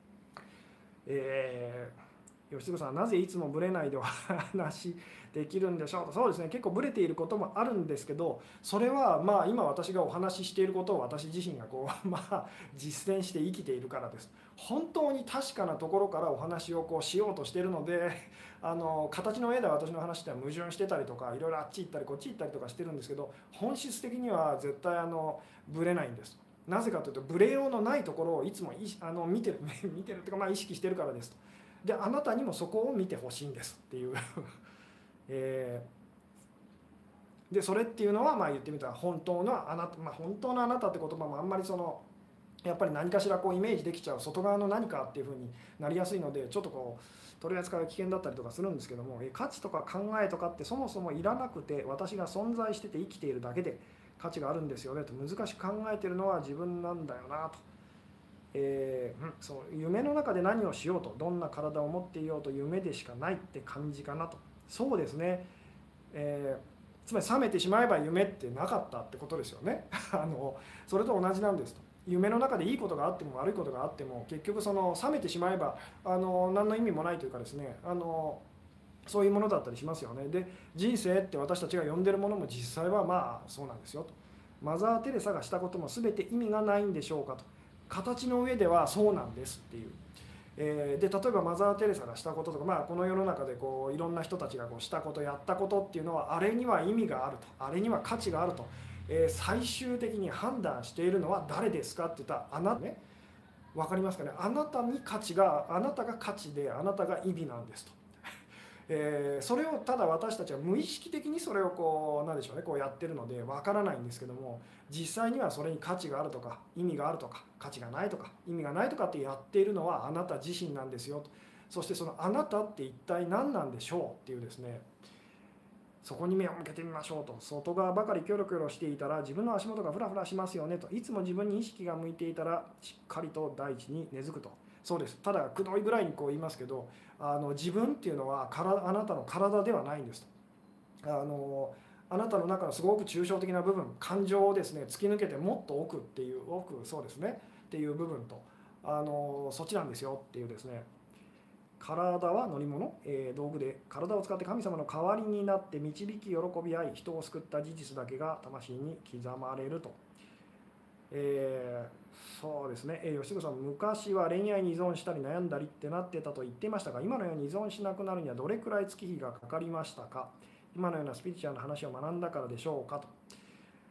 えー吉嗣さん、なぜいつもブレないでお話できるんでしょうと。そうですね、結構ブレていることもあるんですけど、それはまあ今私がお話ししていることを私自身がこうまあ実践して生きているからです。本当に確かなところからお話をこうしようとしているので、あの形の上では私の話って矛盾してたりとか、いろいろあっち行ったりこっち行ったりとかしてるんですけど、本質的には絶対あのブレないんです。なぜかというと、ブレようのないところをいつもいあの見てる見てるっていうか、まあ意識してるからですと。であなたにもそこを見てほしいんですっていうえーでそれっていうのはまあ言ってみたら本当のあなた、まあ、本当のあなたって言葉もあんまりそのやっぱり何かしらこうイメージできちゃう外側の何かっていうふうになりやすいので、ちょっとこう取り扱いが危険だったりとかするんですけども、価値とか考えとかってそもそもいらなくて、私が存在してて生きているだけで価値があるんですよねと。難しく考えてるのは自分なんだよなと。えーうん、そう夢の中で何をしようと、どんな体を持っていようと夢でしかないって感じかなと。そうですね、えーつまり覚めてしまえば夢ってなかったってことですよねあのそれと同じなんですと。夢の中でいいことがあっても悪いことがあっても、結局その覚めてしまえばあの何の意味もないというかですね、あのそういうものだったりしますよね。で人生って私たちが呼んでるものも実際はまあそうなんですよと。マザー・テレサがしたことも全て意味がないんでしょうかと。形の上ではそうなんですっていう。えーで例えばマザー・テレサがしたこととか、まあ、この世の中でこういろんな人たちがこうしたことやったことっていうのは、あれには意味があると、あれには価値があると、えー最終的に判断しているのは誰ですかって言ったらあなたね。分かりますかね。あなたに価値が、あなたが価値であなたが意味なんですと。えーそれをただ私たちは無意識的にそれをこうなんでしょうね、こうやってるのでわからないんですけども、実際にはそれに価値があるとか意味があるとか価値がないとか意味がないとかってやっているのはあなた自身なんですよと。そしてそのあなたって一体何なんでしょうっていうですね、そこに目を向けてみましょうと。外側ばかりキョロキョロしていたら自分の足元がフラフラしますよねと。いつも自分に意識が向いていたらしっかりと大地に根付くと。そうです。ただくどいぐらいにこう言いますけど、あの自分っていうのはからあなたの体ではないんですと。あのあなたの中のすごく抽象的な部分、感情をですね突き抜けてもっと奥っていう、奥、そうですねっていう部分と、あのそっちなんですよっていうですね。体は乗り物、えー道具で、体を使って神様の代わりになって導き喜び合い人を救った事実だけが魂に刻まれると。えーそうですね、えー吉純さん、昔は恋愛に依存したり悩んだりってなってたと言っていましたが、今のように依存しなくなるにはどれくらい月日がかかりましたか。今のようなスピリチュアルな話を学んだからでしょうかと。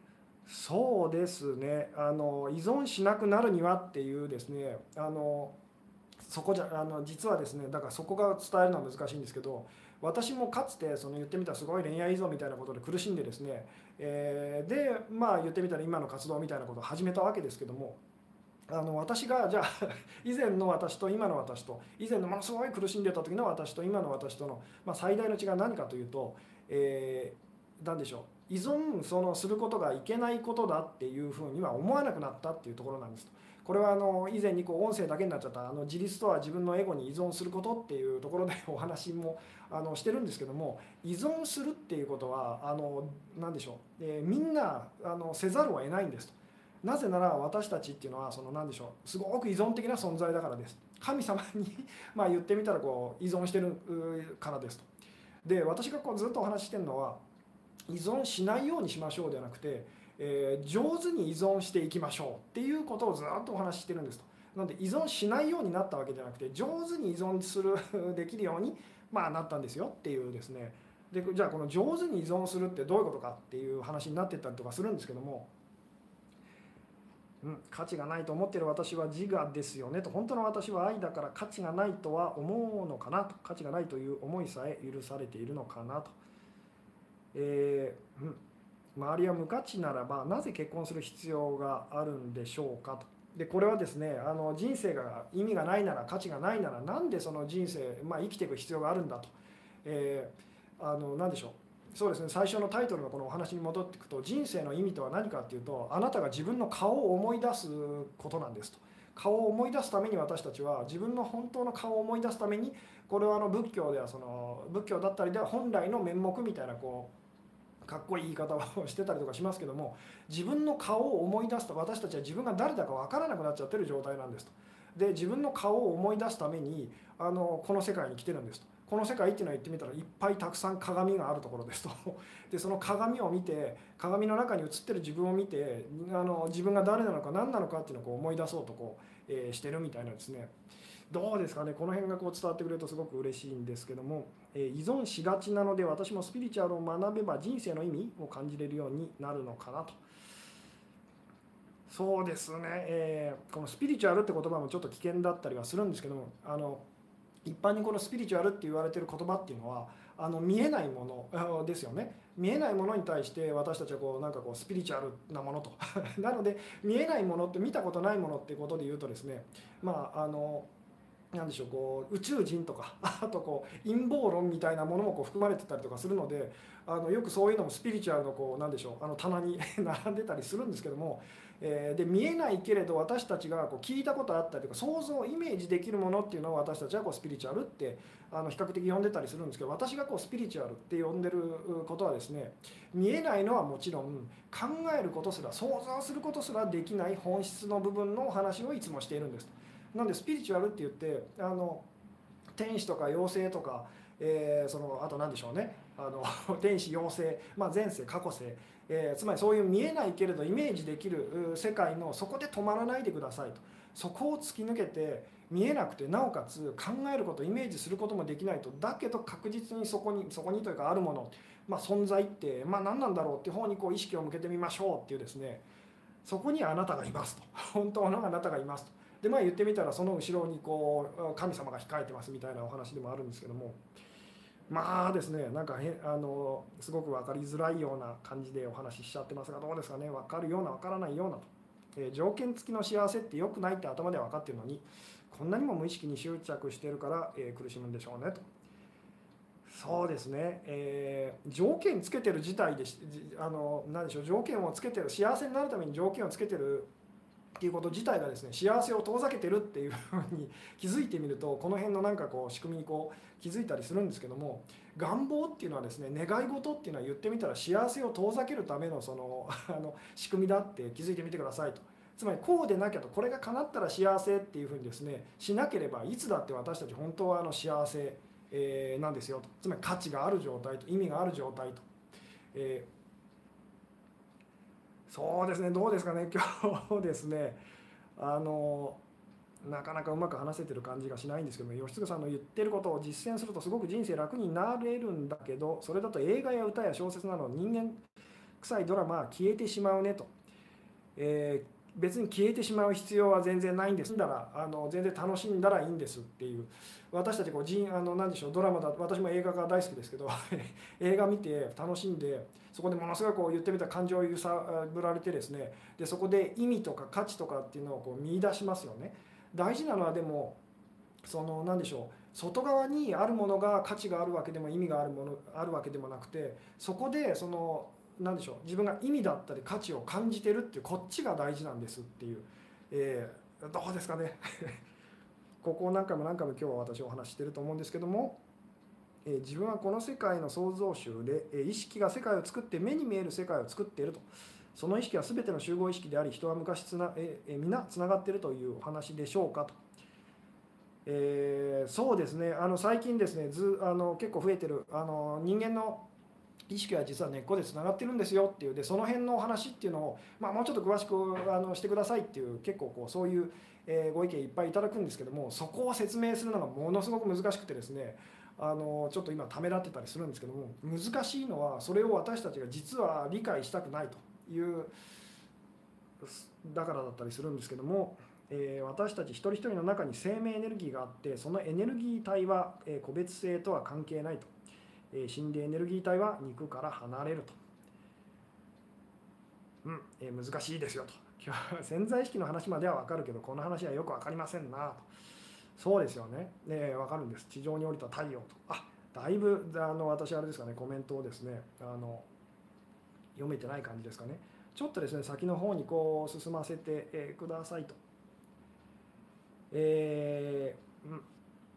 そうですね、あの依存しなくなるにはっていうですね、あのそこじゃあの実はですね、だからそこが伝えるのは難しいんですけど、私もかつてその言ってみたらすごい恋愛依存みたいなことで苦しんでですね、えーでまあ言ってみたら今の活動みたいなことを始めたわけですけども、あの私がじゃあ以前の私と今の私と、以前のものすごい苦しんでた時の私と今の私との、まあ、最大の違いは何かというと、えー、何でしょう、依存そのすることがいけないことだっていうふうには思わなくなったっていうところなんです。これはあの以前にこう音声だけになっちゃったあの自立とは自分のエゴに依存することっていうところでお話もあのしてるんですけども、依存するっていうことはあの何でしょう、えーみんなあのせざるを得ないんですと。なぜなら私たちっていうのはその何でしょう、すごく依存的な存在だからです。神様にまあ言ってみたらこう依存してるからですと。で私がこうずっとお話ししてるのは、依存しないようにしましょうではなくて、えー上手に依存していきましょうっていうことをずっとお話ししてるんですと。なので依存しないようになったわけじゃなくて、上手に依存するできるようにまあなったんですよっていうですね。でじゃあこの上手に依存するってどういうことかっていう話になってったりとかするんですけども、うん、価値がないと思っている私は自我ですよねと。本当の私は愛だから価値がないとは思うのかなと。価値がないという思いさえ許されているのかなと。えーうん周りは無価値ならばなぜ結婚する必要があるんでしょうかと。でこれはですね、あの人生が意味がないなら、価値がないなら、なんでその人生、まあ、生きていく必要があるんだと。えーあの何でしょう、そうですね、最初のタイトルのこのお話に戻っていくと、人生の意味とは何かっていうと、あなたが自分の顔を思い出すことなんですと。顔を思い出すために、私たちは自分の本当の顔を思い出すために、これはあの仏教ではその仏教だったりでは本来の面目みたいなこうかっこいい言い方をしてたりとかしますけども、自分の顔を思い出すと、私たちは自分が誰だか分からなくなっちゃってる状態なんですと。で自分の顔を思い出すためにあのこの世界に来てるんですと。この世界っていうのは言ってみたらいっぱいたくさん鏡があるところですと。でその鏡を見て、鏡の中に映ってる自分を見て、あの自分が誰なのか何なのかっていうのをこう思い出そうとこう、えーしてるみたいなですね。どうですかね、この辺がこう伝わってくれるとすごく嬉しいんですけども、えー依存しがちなので、私もスピリチュアルを学べば人生の意味を感じれるようになるのかなと。そうですね、えーこのスピリチュアルって言葉もちょっと危険だったりはするんですけども、あの一般にこのスピリチュアルって言われてる言葉っていうのは、あの見えないものですよね。見えないものに対して私たちはこうなんかこうスピリチュアルなものとなので、見えないものって、見たことないものっていうことで言うとですね、まああのなんでしょう、こう宇宙人とかあとこう陰謀論みたいなものもこう含まれてたりとかするので、あのよくそういうのもスピリチュアルのこうなんでしょう、あの棚に並んでたりするんですけども、えーで見えないけれど私たちがこう聞いたことあったりとか想像イメージできるものっていうのを、私たちはこうスピリチュアルってあの比較的呼んでたりするんですけど、私がこうスピリチュアルって呼んでることはですね、見えないのはもちろん、考えることすら、想像することすらできない本質の部分のお話をいつもしているんです。なんでスピリチュアルって言ってあの天使とか妖精とか、えーそのあと何でしょうね、あの天使妖精、まあ、前世過去世、えーつまりそういう見えないけれどイメージできる世界のそこで止まらないでくださいと。そこを突き抜けて、見えなくてなおかつ考えること、イメージすることもできないと、だけど確実にそこにそこにというかあるもの、まあ、存在ってまあ何なんだろうっていう方にこう意識を向けてみましょうっていうですね、そこにあなたがいますと、本当のあなたがいますと。でまあ言ってみたらその後ろにこう神様が控えてますみたいなお話でもあるんですけども、まあですね、なんかへあのすごく分かりづらいような感じでお話ししちゃってますが、どうですかね、分かるような分からないようなと、えー条件付きの幸せって良くないって頭では分かってるのに、こんなにも無意識に執着してるから、えー苦しむんでしょうねと。そうですね、えー条件つけてる自体でしあの何でしょう、条件をつけてる、幸せになるために条件をつけてるっていうこと自体がですね、幸せを遠ざけてるっていうふうに気づいてみると、この辺のなんかこう仕組みにこう気づいたりするんですけども、願望っていうのはですね、願い事っていうのは言ってみたら幸せを遠ざけるためのそのあの仕組みだって気づいてみてくださいと。つまりこうでなきゃと、これが叶ったら幸せっていうふうにですねしなければ、いつだって私たち本当はあの幸せ、えーなんですよと。つまり価値がある状態と、意味がある状態と、えーそうですね、どうですかね、今日ですね、あのなかなかうまく話せてる感じがしないんですけども、吉嗣さんの言ってることを実践するとすごく人生楽になれるんだけど、それだと映画や歌や小説など人間臭いドラマは消えてしまうねと。えー別に消えてしまう必要は全然ないんです。だからあの全然楽しんだらいいんですっていう、私たちこう人あの何でしょう、ドラマだ、私も映画が大好きですけど映画見て楽しんで、そこでものすごいこう言ってみたら感情を揺さぶられてですね、でそこで意味とか価値とかっていうのをこう見出しますよね。大事なのはでもその何でしょう、外側にあるものが価値があるわけでも意味があるものあるわけでもなくて、そこでその何でしょう、自分が意味だったり価値を感じてるっていうこっちが大事なんですっていう、えー、どうですかねここを何回も何回も今日は私お話ししてると思うんですけども、えー、自分はこの世界の創造主で、えー、意識が世界を作って目に見える世界を作っていると、その意識は全ての集合意識であり、人は昔つな、えー、皆つながっているというお話でしょうかと。えー、そうですね、あの最近ですね、ずあの結構増えてるあの人間の意識は実は根っこでつながってるんですよっていう、でその辺のお話っていうのを、まあ、もうちょっと詳しくあのしてくださいっていう、結構こうそういう、えーご意見いっぱいいただくんですけども、そこを説明するのがものすごく難しくてですね、あのちょっと今ためらってたりするんですけども、難しいのはそれを私たちが実は理解したくないというだからだったりするんですけども、えー私たち一人一人の中に生命エネルギーがあって、そのエネルギー体は、えー個別性とは関係ないと、えー心理エネルギー体は肉から離れると、うんえー難しいですよと。今日は潜在意識の話までは分かるけど、この話はよく分かりませんなと。そうですよね、えー、分かるんです。地上に降りた太陽と、あだいぶあの私あれですかね、コメントをですねあの読めてない感じですかね。ちょっとですね先の方にこう進ませて、えーくださいと。えーうん、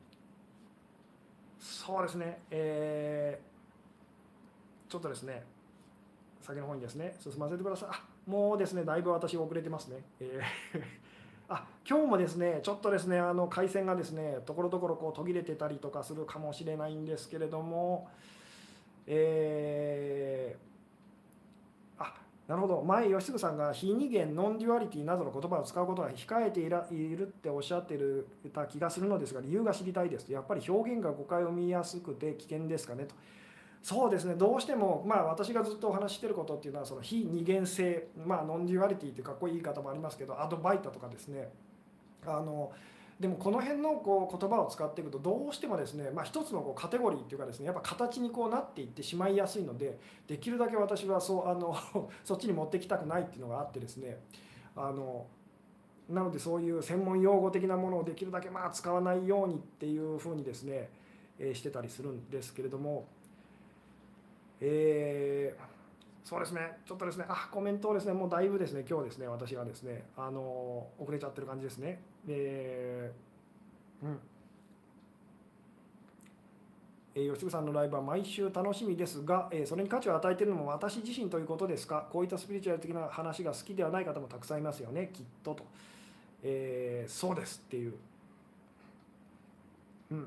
そうですね、えーちょっとですね先の方にですね進ませてください。あもうですねだいぶ私遅れてますね。えーあ今日もですねちょっとですねあの回線がですねところどころこう途切れてたりとかするかもしれないんですけれども、えーあなるほど、前吉嗣さんが非二元ノンデュアリティなどの言葉を使うことが控えていらいるっておっしゃっていた気がするのですが、理由が知りたいですと。やっぱり表現が誤解を見やすくて危険ですかねと。そうですね、どうしても、まあ、私がずっとお話ししていることっていうのはその非二元性、まあ、ノンデュアリティっていうかっこいい言い方もありますけど、アドバイタとかですね、あのでもこの辺のこう言葉を使っていくとどうしてもですね、まあ、一つのこうカテゴリーっていうかですね、やっぱ形にこうなっていってしまいやすいので、できるだけ私はそうあのそっちに持ってきたくないっていうのがあってですね、あのなのでそういう専門用語的なものをできるだけまあ使わないようにっていうふうにですね、えーしてたりするんですけれども、えーそうですね、ちょっとですね、あコメントをですね、もうだいぶですね、今日ですね、私がですね、あの遅れちゃってる感じですね。えーうんえー、吉嗣さんのライブは毎週楽しみですが、えーそれに価値を与えているのも私自身ということですか。こういったスピリチュアル的な話が好きではない方もたくさんいますよね、きっとと。えーそうですっていう、うん、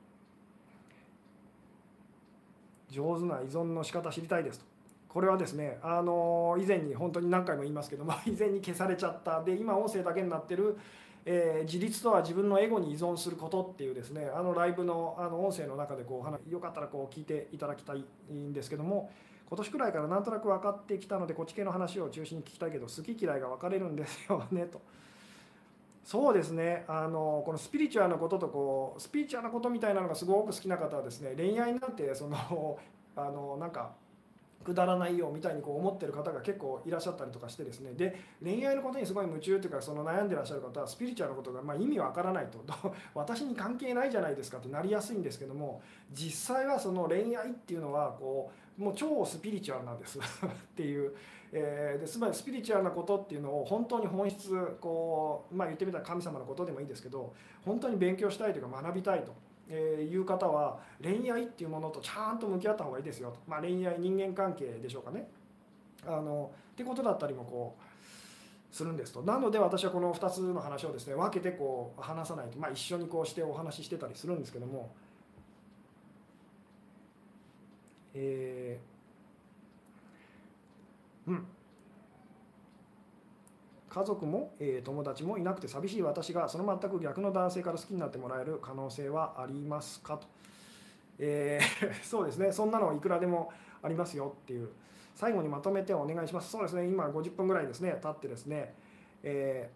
上手な依存の仕方知りたいですと。これはですね、あの以前に本当に何回も言いますけども、以前に消されちゃった、で今音声だけになってる、えー自立とは自分のエゴに依存することっていうですね、あのライブのあの音声の中でこうお話よかったらこう聞いていただきたいんですけども、今年くらいからなんとなく分かってきたので、こっち系の話を中心に聞きたいけど、好き嫌いが分かれるんですよねと。そうですね、あのこのスピリチュアルなこととこうスピリチュアルなことみたいなのがすごく好きな方はですね、恋愛なんてそのあのなんかくだらないよみたいにこう思ってる方が結構いらっしゃったりとかしてですね、で恋愛のことにすごい夢中というか、その悩んでらっしゃる方はスピリチュアルなことがまあ意味わからないと私に関係ないじゃないですかってなりやすいんですけども、実際はその恋愛っていうのはこうもう超スピリチュアルなんですっていう、えーでつまりスピリチュアルなことっていうのを本当に本質こう、まあ、言ってみたら神様のことでもいいですけど、本当に勉強したいというか学びたいと。えーいう方は恋愛っていうものとちゃんと向き合った方がいいですよと、まあ、恋愛人間関係でしょうかね、あのってことだったりもこうするんですと。なので私はこのふたつの話をですね分けてこう話さないと、まあ、一緒にこうしてお話ししてたりするんですけども、えーうん家族も、えー友達もいなくて寂しい私がその全く逆の男性から好きになってもらえる可能性はありますかと。えーそうですね、そんなのいくらでもありますよっていう。最後にまとめてお願いします。そうですね、今ごじゅっぷんぐらいですね経ってですね、 え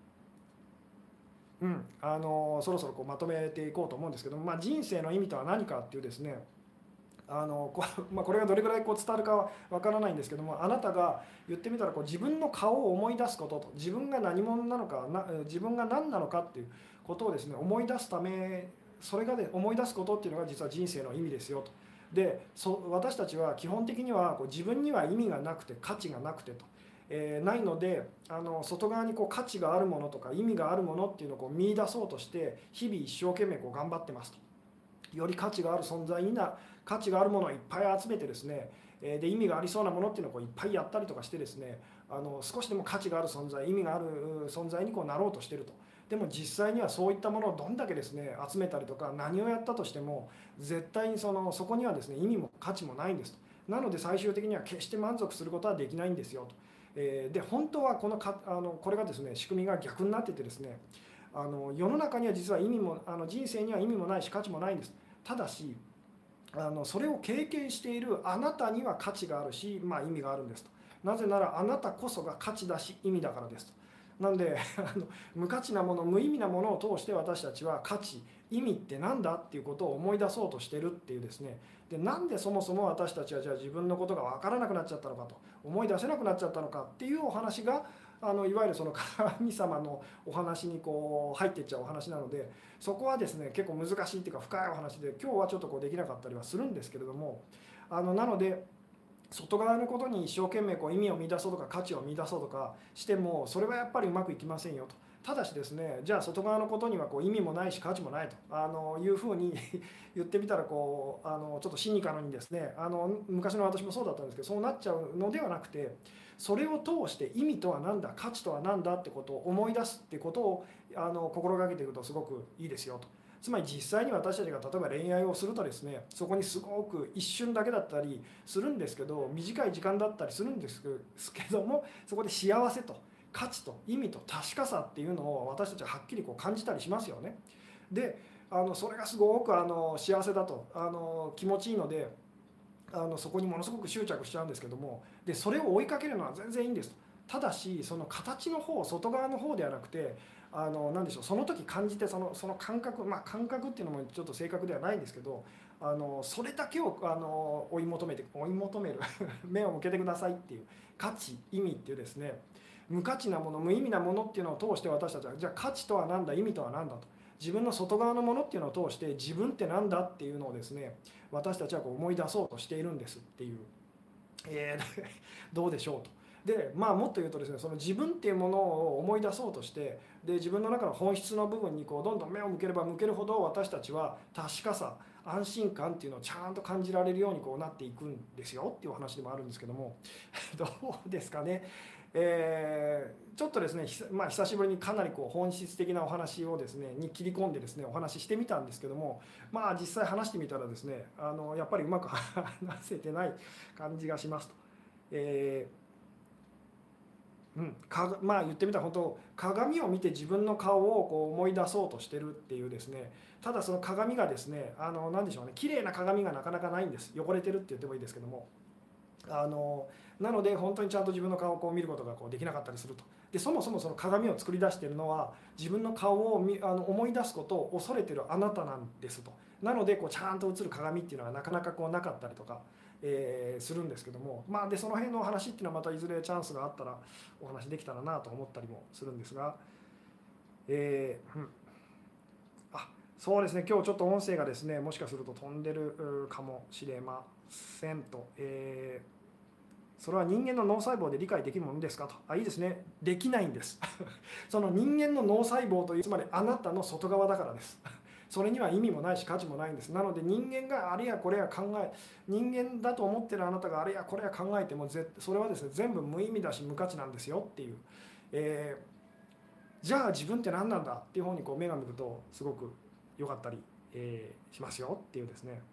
ーうん、あのそろそろこうまとめていこうと思うんですけども、まあ、人生の意味とは何かっていうですね、あのこまあ、これがどれぐらいこう伝わるかはわからないんですけども、あなたが言ってみたらこう自分の顔を思い出すことと、自分が何者なのかな、自分が何なのかっていうことをですね思い出すため、それが、ね、思い出すことっていうのが実は人生の意味ですよと。でそ私たちは基本的にはこう自分には意味がなくて価値がなくてと、えーないので、あの外側にこう価値があるものとか意味があるものっていうのをこう見出そうとして日々一生懸命こう頑張ってますと。より価値がある存在にな価値があるものをいっぱい集めてですね、えーで意味がありそうなものっていうのをこういっぱいやったりとかしてですね、あの少しでも価値がある存在、意味がある存在にこうなろうとしていると。でも実際にはそういったものをどんだけですね集めたりとか何をやったとしても絶対にそのそこにはですね意味も価値もないんですと。なので最終的には決して満足することはできないんですよと。えーで本当はこのかあのこれがですね仕組みが逆になっててですね、あの世の中には実は意味もあの人生には意味もないし価値もないんです。ただしあのそれを経験しているあなたには価値があるし、まあ、意味があるんですと。なぜならあなたこそが価値だし意味だからですと。なのであの無価値なもの、無意味なものを通して私たちは価値、意味って何だっていうことを思い出そうとしてるっていうですね。でなんでそもそも私たちはじゃあ自分のことが分からなくなっちゃったのかと、思い出せなくなっちゃったのかっていうお話が、あのいわゆるその神様のお話にこう入っていっちゃうお話なので、そこはですね結構難しいっていうか深いお話で今日はちょっとこうできなかったりはするんですけれども、あのなので外側のことに一生懸命こう意味を見出そうとか価値を見出そうとかしてもそれはやっぱりうまくいきませんよと。ただしですね、じゃあ外側のことにはこう意味もないし価値もないとあのいうふうに言ってみたらこうあのちょっとシニカルにですね、あの昔の私もそうだったんですけどそうなっちゃうのではなくて、それを通して意味とは何だ価値とは何だってことを思い出すってことをあの心がけていくとすごくいいですよと。つまり実際に私たちが例えば恋愛をするとですね、そこにすごく一瞬だけだったりするんですけど、短い時間だったりするんですけども、そこで幸せと価値と意味と確かさっていうのを私たちははっきりこう感じたりしますよね。であのそれがすごくあの幸せだとあの気持ちいいので、あのそこにものすごく執着しちゃうんですけども、でそれを追いかけるのは全然いいんですと。ただしその形の方、外側の方ではなくて、あの何でしょう、その時感じてそのその感覚、まあ感覚っていうのもちょっと正確ではないんですけど、あのそれだけをあの追い求めて追い求める目を向けてくださいっていう、価値意味っていうですね、無価値なもの、無意味なものっていうのを通して私たちはじゃあ価値とは何だ、意味とは何だと、自分の外側のものっていうのを通して自分って何だっていうのをですね、私たちはこう思い出そうとしているんですっていう、えーどうでしょうと。でまあもっと言うとですね、その自分っていうものを思い出そうとして、で自分の中の本質の部分にこうどんどん目を向ければ向けるほど私たちは確かさ、安心感っていうのをちゃんと感じられるようにこうなっていくんですよっていうお話でもあるんですけどもどうですかね。えーちょっとですね、まあ、久しぶりにかなりこう本質的なお話をですねに切り込んでですねお話ししてみたんですけども、まあ実際話してみたらですね、あのやっぱりうまく話せてない感じがしますと。えーうん、かまあ言ってみたら本当鏡を見て自分の顔をこう思い出そうとしてるっていうですね、ただその鏡がですね、あの何でしょうね、綺麗な鏡がなかなかないんです。汚れてるって言ってもいいですけども、あのなので本当にちゃんと自分の顔をこう見ることがこうできなかったりすると。でそもそもその鏡を作り出しているのは自分の顔を見あの思い出すことを恐れてるあなたなんですと。なのでこうちゃんと映る鏡っていうのはなかなかこうなかったりとか、えーするんですけども、まあでその辺のお話っていうのはまたいずれチャンスがあったらお話できたらなと思ったりもするんですが、えーうんあそうですね、今日ちょっと音声がですねもしかすると飛んでるかもしれませんと。えーそれは人間の脳細胞で理解できるものですかと。あ、いいですね。できないんですその人間の脳細胞という、つまりあなたの外側だからですそれには意味もないし価値もないんです。なので人間があれやこれや考え、人間だと思ってるあなたがあれやこれや考えてもぜそれはですね全部無意味だし無価値なんですよっていう、えーじゃあ自分って何なんだっていう方にこう目が向くとすごく良かったり、えーしますよっていうですね。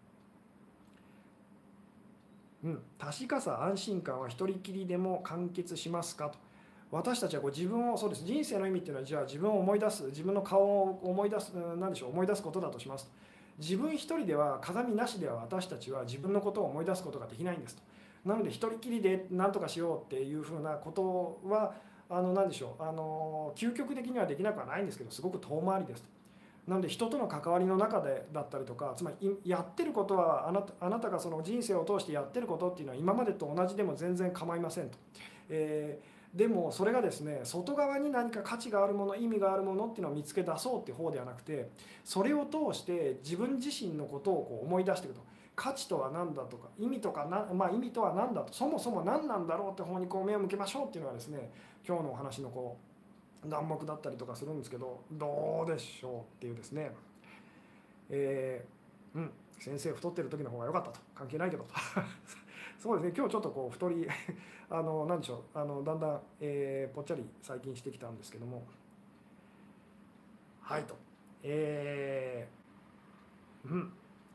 うん、確かさ、安心感は一人きりでも完結しますかと。私たちはこう自分を、そうです、人生の意味っていうのは、じゃあ自分を思い出す、自分の顔を思い出す、何でしょう、思い出すことだとしますと。自分一人では、鏡なしでは私たちは自分のことを思い出すことができないんですと。なので、一人きりで何とかしようっていうふうなことは、 あの何でしょう、あの究極的にはできなくはないんですけど、すごく遠回りですと。なので人との関わりの中でだったりとか、つまりやってることはあなたあなたがその人生を通してやってることっていうのは今までと同じでも全然構いませんと。えーでもそれがですね、外側に何か価値があるもの、意味があるものっていうのを見つけ出そうっていう方ではなくて、それを通して自分自身のことをこう思い出していくと。価値とは何だとか、意味とかな、まあ、意味とは何だと、そもそも何なんだろうって方にこう目を向けましょうっていうのがですね、今日のお話のこう眼目だったりとかするんですけど、どうでしょうっていうですね、えー、うん、先生太ってる時の方が良かったと、関係ないけどとそうですね、今日ちょっとこう太りあの何でしょう、あのだんだん、えーぽっちゃり最近してきたんですけども、はいと、えー、うん、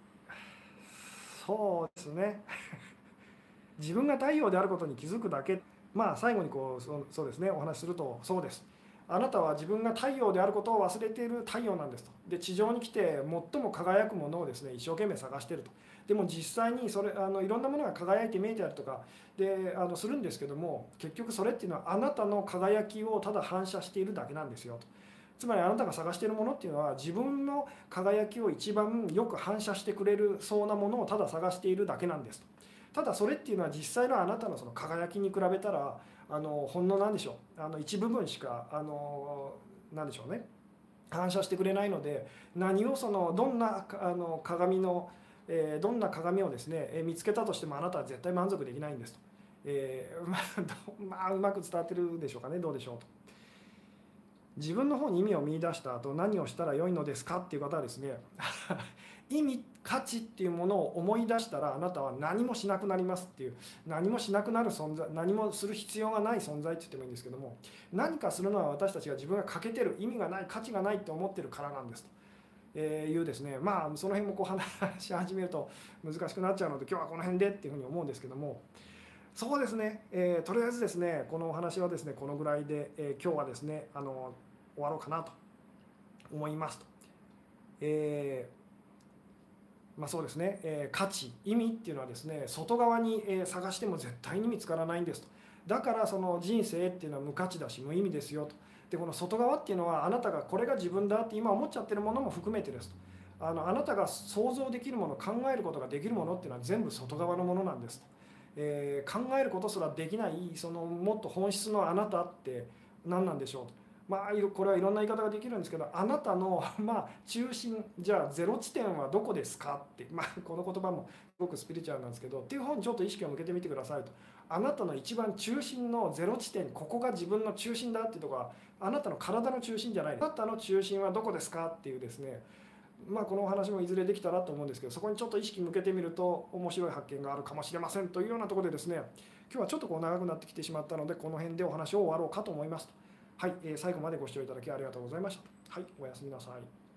そうですね自分が太陽であることに気づくだけ、まあ最後にこうそそうですね、お話しすると、そうです、あなたは自分が太陽であることを忘れている太陽なんですと。で地上に来て最も輝くものをですね、一生懸命探していると。でも実際にそれあのいろんなものが輝いて見えてあるとかであのするんですけども、結局それっていうのはあなたの輝きをただ反射しているだけなんですよと。つまりあなたが探しているものっていうのは自分の輝きを一番よく反射してくれるそうなものをただ探しているだけなんですと。ただそれっていうのは実際のあなたのその輝きに比べたらあのほんの何でしょう、あの一部分しかあの何でしょうね、反射してくれないので、何をそのどんなあの鏡の、えーどんな鏡をですね、えー見つけたとしてもあなたは絶対満足できないんですと。えーまあ、どまあうまく伝わってるでしょうかね、どうでしょうと。自分の方に意味を見出した後何をしたらよいのですかっていう方はですね意味価値っていうものを思い出したらあなたは何もしなくなりますっていう、何もしなくなる存在、何もする必要がない存在って言ってもいいんですけども、何かするのは私たちが自分が欠けてる、意味がない、価値がないって思ってるからなんですというですね、まあその辺もこう話し始めると難しくなっちゃうので今日はこの辺でっていうふうに思うんですけども、そうですね、えーとりあえずですねこのお話はですねこのぐらいで、えー今日はですねあの終わろうかなと思いますと。えーまあ、そうですね、えー価値、意味っていうのはですね外側に、えー探しても絶対に見つからないんですと。だからその人生っていうのは無価値だし無意味ですよと。でこの外側っていうのはあなたがこれが自分だって今思っちゃってるものも含めてですと。あのあなたが想像できるもの、考えることができるものっていうのは全部外側のものなんですと。えー考えることすらできないそのもっと本質のあなたって何なんでしょうと。まあ、これはいろんな言い方ができるんですけど、あなたの、まあ、中心、じゃあゼロ地点はどこですかって、まあ、この言葉もすごくスピリチュアルなんですけどっていう方にちょっと意識を向けてみてくださいと。あなたの一番中心のゼロ地点、ここが自分の中心だっていうところはあなたの体の中心じゃない、あなたの中心はどこですかっていうですね、まあ、このお話もいずれできたらと思うんですけど、そこにちょっと意識向けてみると面白い発見があるかもしれませんというようなところでですね、今日はちょっとこう長くなってきてしまったのでこの辺でお話を終わろうかと思いますと。はい、えー最後までご視聴いただきありがとうございました。はい、おやすみなさい。